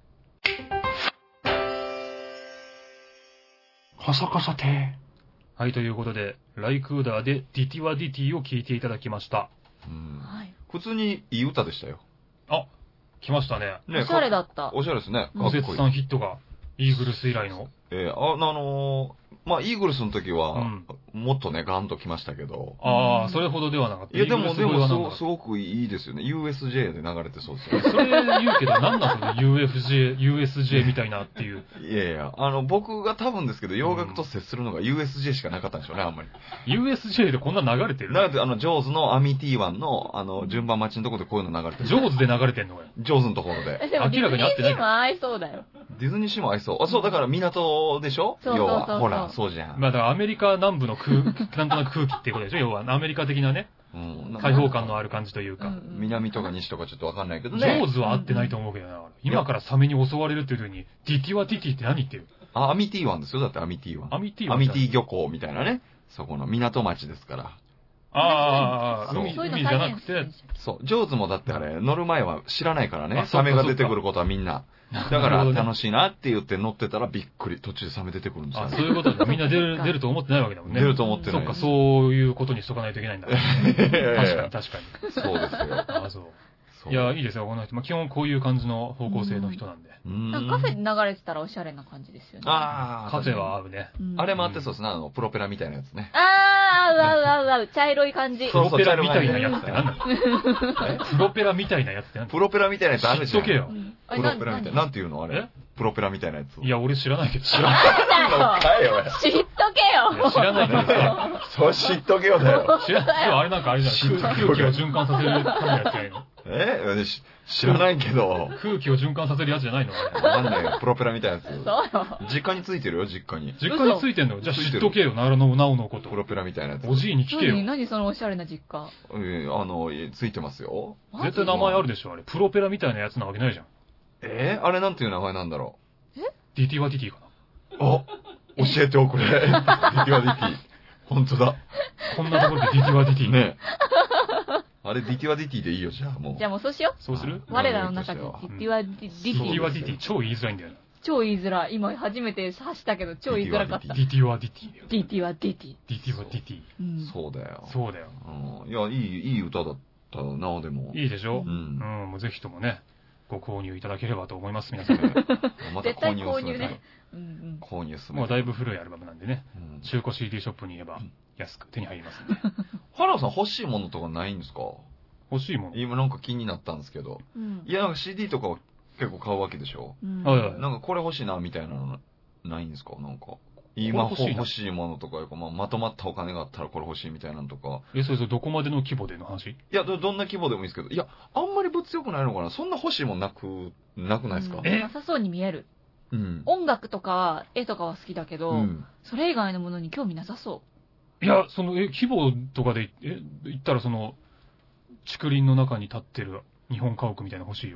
カサカサてー。はい、ということで、ライクーダーで、ディティワディティを聴いていただきました。 普通にいい歌でしたよ。 あ、来ましたね。 おしゃれだった。 おしゃれですね。 おせつさんヒットが、イーグルス以来の。 まあ、イーグルスの時は、もっとね、ガンと来ましたけど。 ああ、それほどではなかった。 いや、でも、すごくいいですよね。USJ で流れてそうですよね。 それ言うけど、なんだそれ USJ みたいなっていう。 いやいや、僕が多分ですけど、洋楽と接するのが USJ しかなかったんでしょうね、あんまり。 USJ でこんな流れてる？ ジョーズのアミティワンの、順番待ちのところでこういうの流れてる。 ジョーズで流れてんのかよ。 ジョーズのところで。 明らかに合ってない。ディズニーシーも合いそうだよ。 ディズニーシーも合いそう。あ、そう、だから港でしょ？要は。ほら、そうじゃん。 まあだからアメリカ南部のなんとなく空気っていうことでしょ？要はアメリカ的なね。開放感のある感じというか。 南とか西とかちょっとわかんないけどね。ジョーズは合ってないと思うけどな。今からサメに襲われるっていう時に、ディティワティティって何言ってる？ あ、アミティワンですよ。だってアミティワン。 アミティワン。 アミティ漁港みたいなね。そこの港町ですから。 ああ、海じゃなくて。 そう。ジョーズもだってあれ、乗る前は知らないからね。サメが出てくることはみんな。だから楽しいなって言って乗ってたらびっくり。途中でサメ出てくるんですよ。 あ、そういうことでみんな出ると思ってないわけだもんね。 出ると思ってない。 そっか、そういうことにしとかないといけないんだ。確かに。 そうですよ。 あ、そう。いや、いいですよ、この人。基本こういう感じの方向性の人なんで。 カフェで流れてたらおしゃれな感じですよね。 ああ、 カフェは合うね。 あれもあってそうですね、プロペラみたいなやつね。 合う。茶色い感じ。 プロペラみたいなやつってなんだプロペラみたいなやつってなんだプロペラみたいなやつあるじゃん。 知っとけよ。 プロペラみたいな。なんていうのあれプロペラみたいなやつ。 いや、俺知らないけど。 知らないのかよ。知っとけよ。 知らないけどそう知っとけよだよ。 知らない。でもあれなんかあれじゃん。空気を循環させるためのやつやの。 知らないけど。 空気を循環させるやつじゃないの？ わかんないよ。プロペラみたいなやつ。 そうよ。 実家についてるよ、実家に。 実家についてんの？じゃあ知っとけよ、なおのこと。 プロペラみたいなやつ。 おじいに聞けよ。 何そのおしゃれな実家。 ついてますよ。 絶対名前あるでしょ、あれ。プロペラみたいなやつなわけないじゃん。 あれなんていう名前なんだろう。ディティはディティかな。 教えておくれ。ディティはディティ。本当だ。 こんなところでディティはディティ。 ね。あれ、ディティはディティでいいよ、じゃあもう。 じゃあもうそうしよう。 そうする？ 我らの中でディティはディティ。 ディティはディティ。超言いづらいんだよな。 超言いづらい。今初めて発したけど超言いづらかった。 ディティはディティ。 ディティはディティ。 ディティはディティ。 そうだよ。 そうだよ。 いや、いい歌だったな、でも。 いいでしょ？もうぜひともね、ご購入いただければと思います、皆さん。 また購入購入ね。 購入する。 もうだいぶ古いアルバムなんでね。中古 CD ショップに言えば安く手に入りますんで。 原さん欲しいものとかないんですか？ 欲しいもの？ 今なんか気になったんですけど。いや、なんか CD とかは結構買うわけでしょ？なんかこれ欲しいなみたいなのないんですか？なんか。今欲しいものとか、まとまったお金があったらこれ欲しいみたいなのとか。 それどこまでの規模での話？いや、どんな規模でもいいですけど、いや、あんまり物欲ないのかな？そんな欲しいもんなくないですか？ なさそうに見える。音楽とか絵とかは好きだけど、それ以外のものに興味なさそう。 いや、規模とかで、言ったら竹林の中に立ってる日本家屋みたいなの欲しいよ。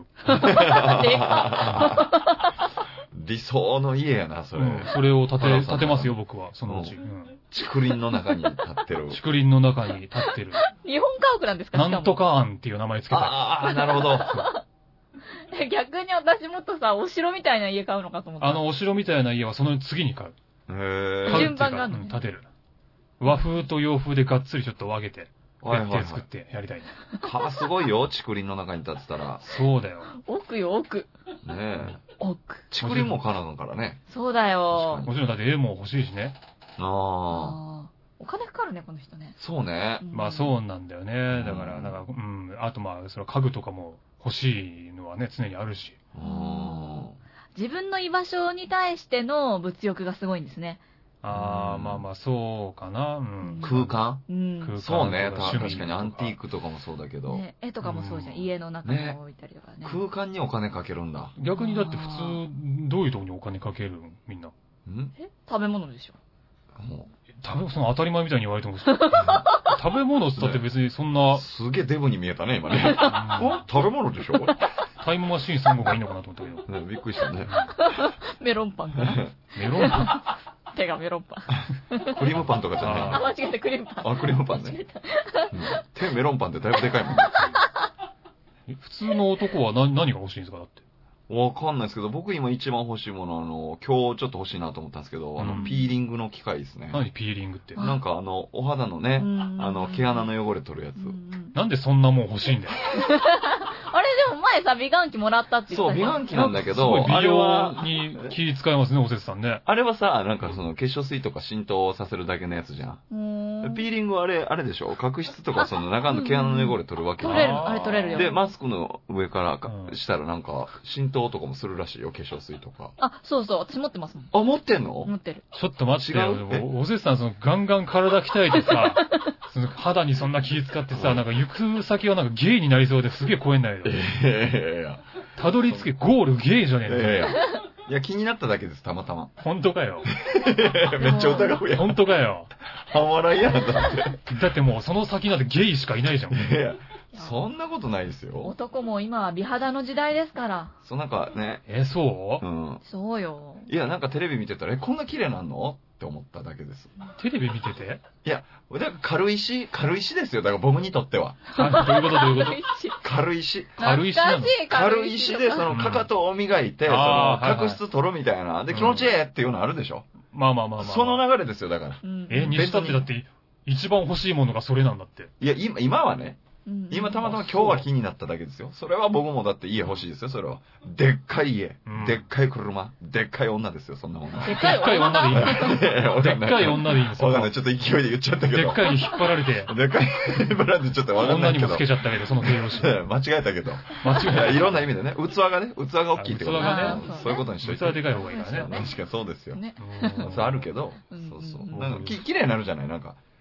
理想の家やな、それ。 それを建てますよ、僕は、そのうち。 竹林の中に立ってる。 竹林の中に立ってる。 日本家屋なんですか？ なんとか庵っていう名前つけたい。 ああ、なるほど。 逆に私もっとさ、お城みたいな家買うのかと思った。 お城みたいな家はその次に買う。 順番があるの？ 建てる。和風と洋風でがっつりちょっと分けて。別邸作ってやりたいね。 すごいよ、竹林の中に立ってたら。 そうだよ。 奥よ、奥。 ねえ。 奥。 竹林もかなからね。 そうだよ。 もちろんだって絵も欲しいしね。 お金かかるね、この人ね。 そうね。 まあそうなんだよね。だから、あとその家具とかも欲しいのはね、常にあるし。 自分の居場所に対しての物欲がすごいんですね。 まあ、そうかな。 空間？そうね。確かにアンティークとかもそうだけど。 絵とかもそうじゃん。家の中に置いたりとかね。 空間にお金かけるんだ。 逆にだって普通、どういうとこにお金かけるみんな。 食べ物でしょ。 その当たり前みたいに言われても食べ物ってだって別にそんな。 すげえデブに見えたね、今ね。食べ物でしょ？ タイムマシーン3号がいいのかなと思ったけど。 びっくりしたね。 メロンパンかな。 メロンパン？ 手がメロンパン。クリームパンとかじゃない。 間違えた、クリームパン。 クリームパンね。手メロンパンってだいぶでかいもんね。 普通の男は何が欲しいんですかだって。 わかんないですけど、僕今一番欲しいもの今日ちょっと欲しいなと思ったんですけど、ピーリングの機械ですね。 何ピーリングって。 なんかお肌のね、毛穴の汚れ取るやつ。 なんでそんなもん欲しいんだよ。 あれでも前さ、美顔器もらったって言ってた。 そう、美顔器なんだけど、 美容に気使いますね、おせつさんね。 あれはさ、なんか化粧水とか浸透させるだけのやつじゃん。ピーリングはあれでしょ？角質とか中の毛穴の汚れ取るわけ。 取れる、あれ取れるよ。 で、マスクの上からしたらなんか、浸透とかもするらしいよ、化粧水とか。 そうそう、私持ってますもん。 持ってんの？ 持ってる。 ちょっと待ってよ。おせつさん、ガンガン体鍛えてさ、肌にそんな気使ってさ、なんか行く先はなんかゲイになりそうですげえ怖いんだけど。たどり着けゴールゲイじゃねえの。いや、気になっただけです、たまたま。 本当かよ。 めっちゃ疑うやん。 本当かよ。 半笑いやん、だって。 だってもうその先なんてゲイしかいないじゃん。 そんなことないですよ。 男も今は美肌の時代ですから。 なんかね。 そう ？ そうよ。 いや、なんかテレビ見てたら、こんな綺麗なんの？って思っただけです。 テレビ見てて？ いや、だから軽石ですよ。だから僕にとっては。 どういうこと？ 軽石。 軽石で、かかとを磨いて、角質取るみたいな。で、気持ちいいっていうのあるでしょ。 まあ。 その流れですよ、だから。 にしたってだって、一番欲しいものがそれなんだって。 いや、今はね。今たまたま今日は気になっただけですよ。それは僕もだって家欲しいですよ、それは。でっかい家、でっかい車、でっかい女ですよ、そんなもん。 でっかい女でいいんだ。でっかい女でいいんですよ。 わかんない、ちょっと勢いで言っちゃったけど。 でっかいに引っ張られて。 でっかいブランドちょっとわかんないけど。 女にもつけちゃったけど、その形容詞。 間違えたけど。いろんな意味でね、器が大きいってこと。 器がね。 そういうことにしといて。 器でかい方がいいからね。 確かにそうですよ。そうあるけど、そう。なんか綺麗になるじゃない、なんか。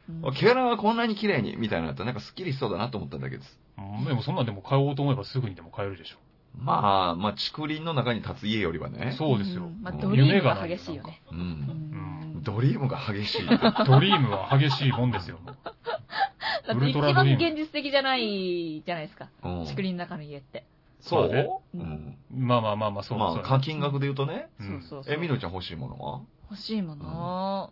毛穴はこんなに綺麗に、みたいなのだったらなんかスッキリしそうだなと思っただけです。 でもそんなんでも買おうと思えばすぐにでも買えるでしょ。 まあ、竹林の中に立つ家よりはね。 そうですよ。 ドリームが激しいよね。 ドリームが激しい。 ドリームは激しいもんですよ。 だって一番現実的じゃないじゃないですか。竹林の中の家って。 そうね。 まあ、そうです。金額で言うとね。 そう。 みどりちゃん欲しいものは？ 欲しいもの？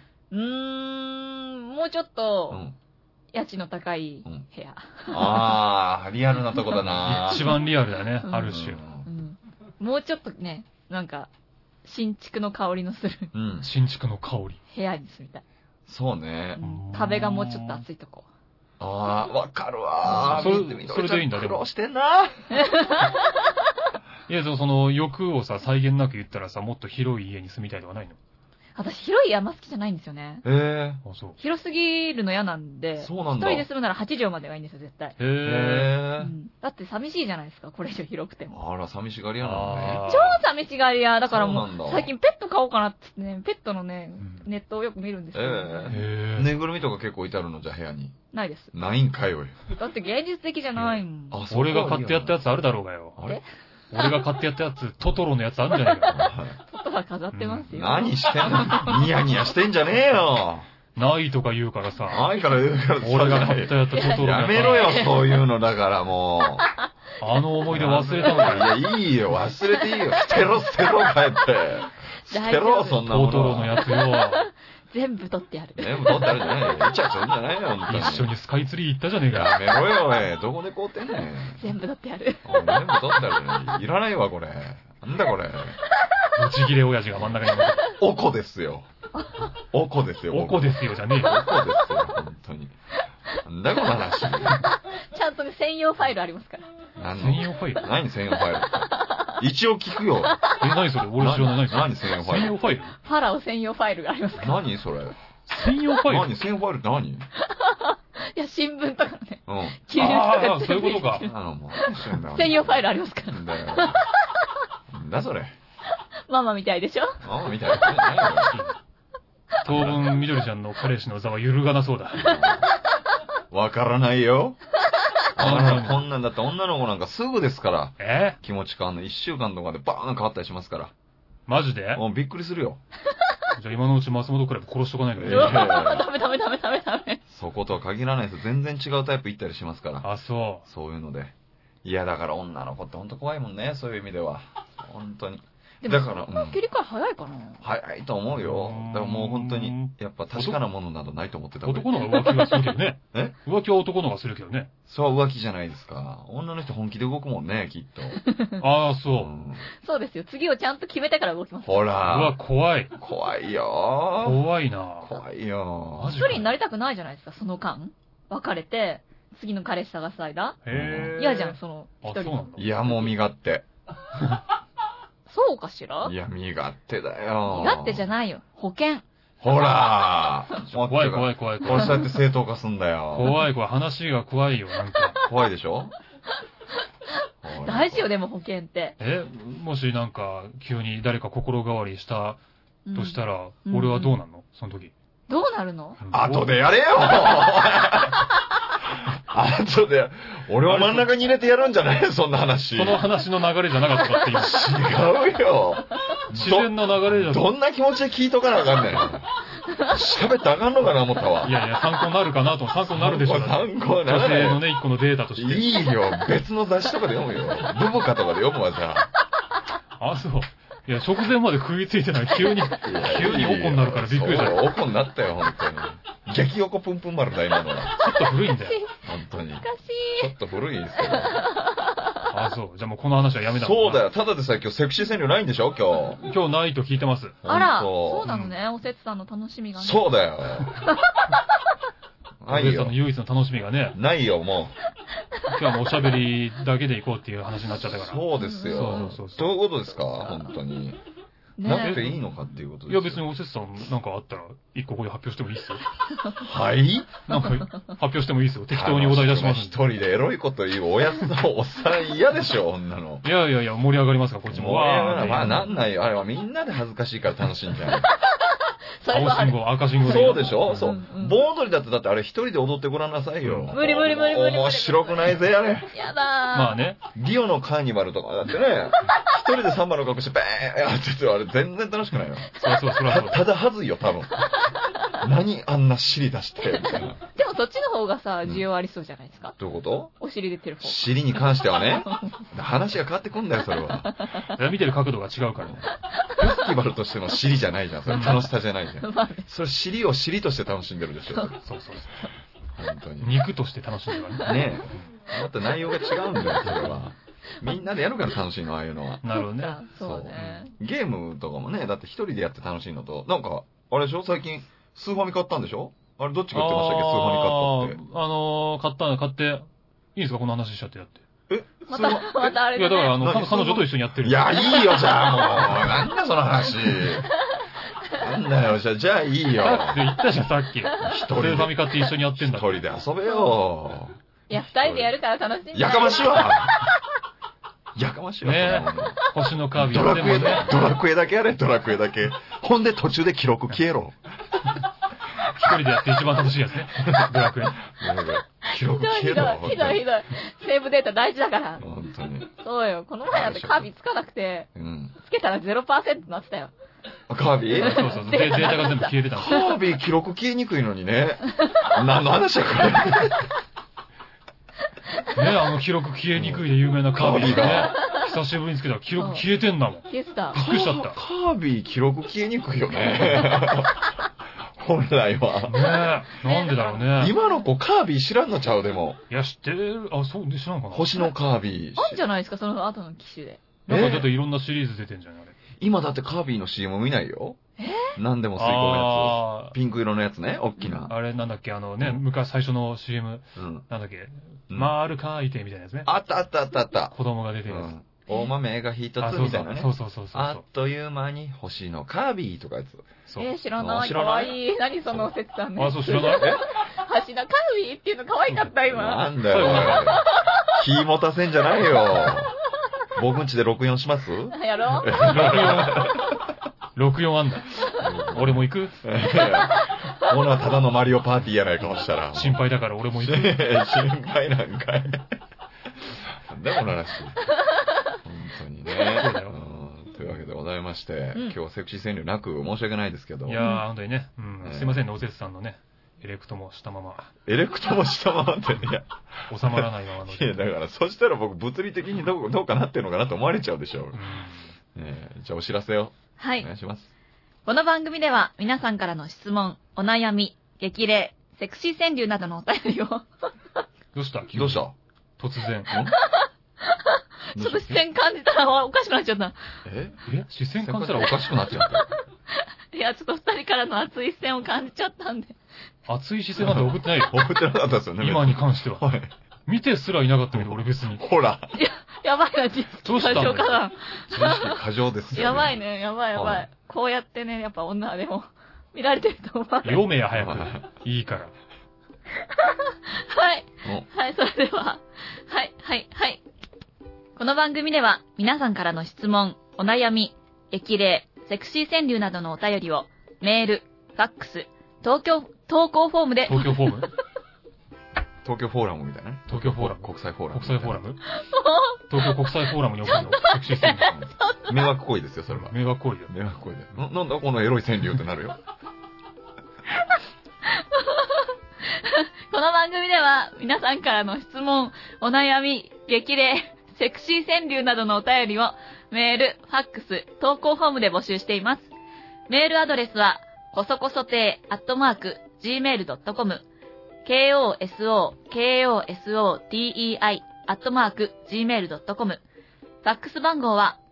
もうちょっと、家賃の高い部屋。 リアルなとこだな。 一番リアルだね、ある種。 もうちょっとね、なんか、新築の香りのする。 新築の香り。 部屋に住みたい。 そうね。 壁がもうちょっと厚いとこ。 わかるわ。 それでいいんだ、 苦労してんな。 いや、その欲をさ、際限なく言ったらさ、もっと広い家に住みたいとかないの？ 私、広い家あんま好きじゃないんですよね。広すぎるの嫌なんで、 そうなんだ。 一人で住むなら8畳までがいいんですよ、絶対。だって寂しいじゃないですか、これ以上広くても。 あら、寂しがり屋なのね。 超寂しがり屋。だからもう、最近ペット飼おうかなってね、ペットのね、ネットをよく見るんですよ。 ぬいぐるみとか結構いてあるのじゃ、部屋に。 ないです。 ないんかよ。 だって現実的じゃないもん。 俺が買ってやったやつあるだろうがよ。俺が買ってやったやつ、トトロのやつあるんじゃないか。 トトロは飾ってますよ。 何してんの？ニヤニヤしてんじゃねえよ。 ないとか言うからさ。 ないから言うからさ。 俺が買ったやつトトロやめろよ、そういうのだからもう。 あの思い出忘れたのか。 いや、いいよ、忘れていいよ。捨てろ、帰って。捨てろ、そんなもの。 トトロのやつよ。 全部取ってやる。 全部取ってやるじゃないよ。イチャイチャするんじゃないよ、 一緒にスカイツリー行ったじゃねえか。 やめろよ、どこで買うてんねん。 全部取ってやる。 全部取ってやる。いらないわ、これ。なんだこれ。 ブチギレ親父が真ん中にいます。 おこですよ。おこですよ。 おこですよじゃねえよ。 おこですよ、本当に。なんだこの話。 ちゃんとね、専用ファイルありますから。 専用ファイル？ 何専用ファイル？一応聞くよ。 何それ？俺知らない。 何専用ファイル？ 専用ファイル？ ファラオ専用ファイルがありますから。 何それ？ 専用ファイル？ 何専用ファイルって何？ いや、新聞とかね。 記入とかそういうことか。 専用ファイルありますから。 なんだそれ。 ママみたいでしょ？ ママみたい。 当分みどりちゃんの彼氏の座は揺るがなそうだ。 わからないよ。こんなんだって女の子なんかすぐですから。気持ち変わんの。1週間とかでバーン変わったりしますから。 マジで？ びっくりするよ。 じゃあ今のうち松本クラブ殺しとかないの？ ダメ。 そことは限らないです。全然違うタイプ行ったりしますから。 あ、そう。 そういうので。いや、だから女の子ってほんと怖いもんね。そういう意味では。本当に。 だから、切り替え早いかな？ 早いと思うよ。だからもう本当に、やっぱ確かなものなどないと思ってた。 男のが浮気はするけどね。浮気は男のがするけどね。 そう、浮気じゃないですか。女の人本気で動くもんね、きっと。 ああ、そう。 そうですよ。次をちゃんと決めてから動きます。 ほら。 うわ、怖い。 怖いよ。 怖いな。 怖いよ。 一人になりたくないじゃないですか、その間。別れて、次の彼氏探す間。嫌じゃん、その一人の。 いや、もう身勝手。 そうかしら？ いや、身勝手だよ。 身勝手じゃないよ。保険。 ほら怖い。 これそうやって正当化すんだよ。 怖い。話が怖いよ、なんか。 怖いでしょ？ 大事よ、でも保険って。 もしなんか、急に誰か心変わりしたとしたら、俺はどうなんの？その時。 どうなるの？ 後でやれよ後で、俺は真ん中に入れてやるんじゃないそんな話。 その話の流れじゃなかったっていう。 違うよ。 自然な流れじゃどんな気持ちで聞いとかなあかんねん。喋ってあかんのかな思ったわ。 いや、参考になるかなと。参考になるでしょ。 参考になる。 女性のね、一個のデータとして。 いいよ。別の雑誌とかで読むよ。ブブカとかで読むわ、じゃあ。あ、そう。いや、直前まで食いついてない。急におこになるからびっくりした。 おこになったよ、本当に。激おこぷんぷん丸だ、今のは。 ちょっと古いんだよ。 本当に。 ちょっと古いですけど。 あ、そう。じゃあもうこの話はやめた。 そうだよ。ただでさえ今日セクシー川柳ないんでしょ今日。 今日ないと聞いてます。 あら、そうなのね。おせつさんの楽しみがね。 そうだよ。 おせつさんの唯一の楽しみがね。 ないよ、もう。 今日はもうおしゃべりだけで行こうっていう話になっちゃったから。 そうですよ。そういうことですか本当に。なくていいのかっていうことですいや別におせつさんなんかあったら一個ここで発表してもいいっすよ。 はいなんか発表してもいいっすよ。適当にお題出します。 一人でエロいこと言うおやつのおっさん嫌でしょ、女の。 いや盛り上がりますから、こっちも。 まあなんないよ。あれはみんなで恥ずかしいから楽しいんじゃない。 青信号、赤信号で。 そうでしょそう。盆踊りだってだってあれ一人で踊ってごらんなさいよ。 無理。 面白くないぜ、あれ。 やだー。 まあね。 リオのカーニバルとかだってね、一人でサンバの格好してベーンやってて、あれ全然楽しくないよ。 そう。 ただはずいよ、多分。何あんな尻出して、みたいな。 でもそっちの方がさ、需要ありそうじゃないですか。 どういうこと？ お尻出てる方。 尻に関してはね。話が変わってくんだよ、それは。 見てる角度が違うからね。 フェスティバルとしての尻じゃないじゃん。それ楽しさじゃないじゃん。それ尻を尻として楽しんでるでしょ。そう。本当に。 肉として楽しんでるからね。 ねえ。また内容が違うんだよ、それは。みんなでやるから楽しいの、ああいうのは。 なるほどね。 そうね。 ゲームとかもね、だって一人でやって楽しいのと、なんか、あれでしょ最近、スーファミ買ったんでしょあれどっちが言ってましたっけスーファミ買ったって。 買って、いいですかこの話しちゃってやって。 またあれいや、だから彼女と一緒にやってる。 いや、いいよ、じゃあもう。なんだその話。なんだよ、じゃあいいよ。 って言ったじゃん、さっき。一人でファミ買って一緒にやってんだ。 一人で遊べよ。 いや、二人でやるから楽しいんだよ。 やかましいわ。やかましいわ。 ね星のカービィやってもね。 ドラクエだけやれ、ドラクエだけ。ほんで途中で記録消えろ。 一人でやって一番楽しいやつね。ドラクエ。 記録消えろ。 ひどい。セーブデータ大事だから。 本当に。 そうよ。この前だってカービィつかなくて、つけたら 0% になってたよ。 カービィ？ そう。データが全部消えてたカービィ記録消えにくいのにね。何の話やこれ。 ね記録消えにくいで有名なカービィがね。久しぶりにつけたら記録消えてんだもん。 消えてた。 びっくりしちゃった。 カービィ記録消えにくいよね。本来は。 ねなんでだろうね。 今の子カービィ知らんのちゃうでも。 いや、知ってる。あ、そうで知らんかな。 星のカービィ。 あんじゃないですか、その後の機種で。 なんかだっていろんなシリーズ出てんじゃん、あれ。 今だってカービィの CM 見ないよ。何でも吸い込むやつ。ピンク色のやつね、大きな。 あれなんだっけ、昔最初の CM。なんだっけ。丸書いてみたいなやつね。 あった。 子供が出てるやつ。 大豆が一つみたいなね。 そう。 あっという間に星のカービィとかやつ。 知らない。かわいい。何そのおせつさんね。 あ、そう、知らない星のカービィっていうのかわいかった、今。 なんだよ、気持たせんじゃないよ。僕んちで64しますやろう ?64 あんだ。俺も行くこのただのマリオパーティーやないかもしたら。 心配だから俺も行く。 心配なんかい。でもならしい。本当にね。そうだよ。というわけでございまして、今日はセクシー川柳なく申し訳ないですけど。 いやー、本当にね。すいませんね、おせつさんのね。エレクトもしたまま。 エレクトもしたままってね。 収まらないままの。 いや、だから、そしたら僕、物理的にどうかなってるのかなと思われちゃうでしょ。じゃあ、お知らせを。 はい。 お願いします。 この番組では、皆さんからの質問、お悩み、激励、セクシー川柳などのお便りを。 どうした突然。 ちょっと視線感じたらおかしくなっちゃった。 視線感じたらおかしくなっちゃった。 いや、ちょっと二人からの熱い視線を感じちゃったんで。 熱い視線なんて送ってないよ。 送ってなかったですよね。 今に関しては。はい。見てすらいなかったけど、俺別に。 ほら。 いや、やばいな、自意識過剰かな。 自意識過剰ですよ、ね。 やばいね、やばい。こうやってね、やっぱ女でも見られてると思う。 読めや、早く。いいから。 はい。はい、それでは。はい。この番組では、皆さんからの質問、お悩み、激励、セクシー川柳などのお便りを、メール、ファックス、投稿フォームで。 東京フォーム東京フォーラムみたいなね。 東京フォーラム。 国際フォーラム。 国際フォーラム東京国際フォーラムに送るの。セクシー川柳。迷惑行為ですよ、それは。 迷惑行為だよ。 迷惑行為で。なんだこのエロい川柳ってなるよ。 この番組では、皆さんからの質問、お悩み、激励、セクシー川柳などのお便りを、メール、ファックス、投稿フォームで募集しています。メールアドレスは、こそこそて@gmail.com、kosokosoTei@gmail.com、ファックス番号は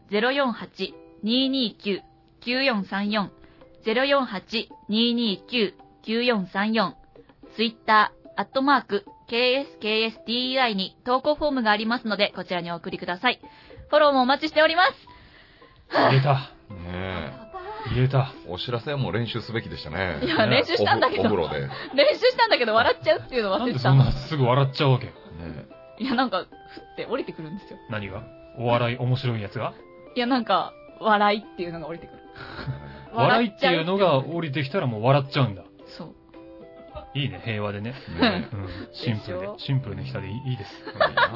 048-229-9434、048-229-9434、ツイッター、KSKSTEI に投稿フォームがありますので、こちらにお送りください。フォローもお待ちしております。 入れた。 ねえ。 入れた。 お知らせはもう練習すべきでしたね。 いや、練習したんだけど。 お風呂で。 練習したんだけど、笑っちゃうっていうの忘れてた。 なんでそんなすぐ笑っちゃうわけ？ねいや、なんか、ふって降りてくるんですよ。 何が？お笑い面白いやつが？ いや、なんか、笑いっていうのが降りてくる。 笑いっていうのが降りてきたらもう笑っちゃうんだ。 そう。 いいね、平和でね。シンプルで。シンプルできたでいいです。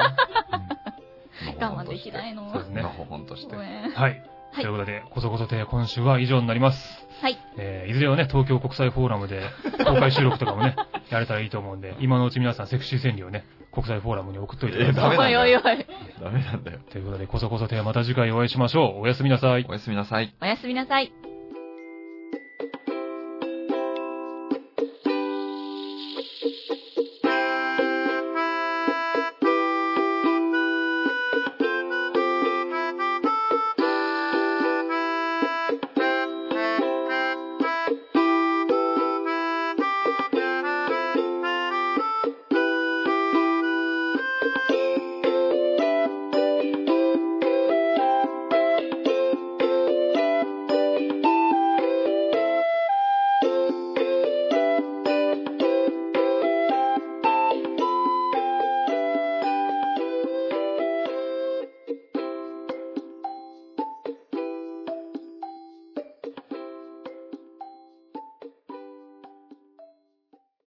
我慢できないの。 そうですね。のほほんとして。 はい。ということで、こそこそ亭今週は以上になります。 はい。 いずれはね、東京国際フォーラムで公開収録とかもね、やれたらいいと思うんで、今のうち皆さんセクシー川柳をね、国際フォーラムに送っといてください。 ダメなんだよ。 おいおいおい。 ダメなんだよ。 ということで、こそこそ亭また次回お会いしましょう。おやすみなさい。 おやすみなさい。 おやすみなさい。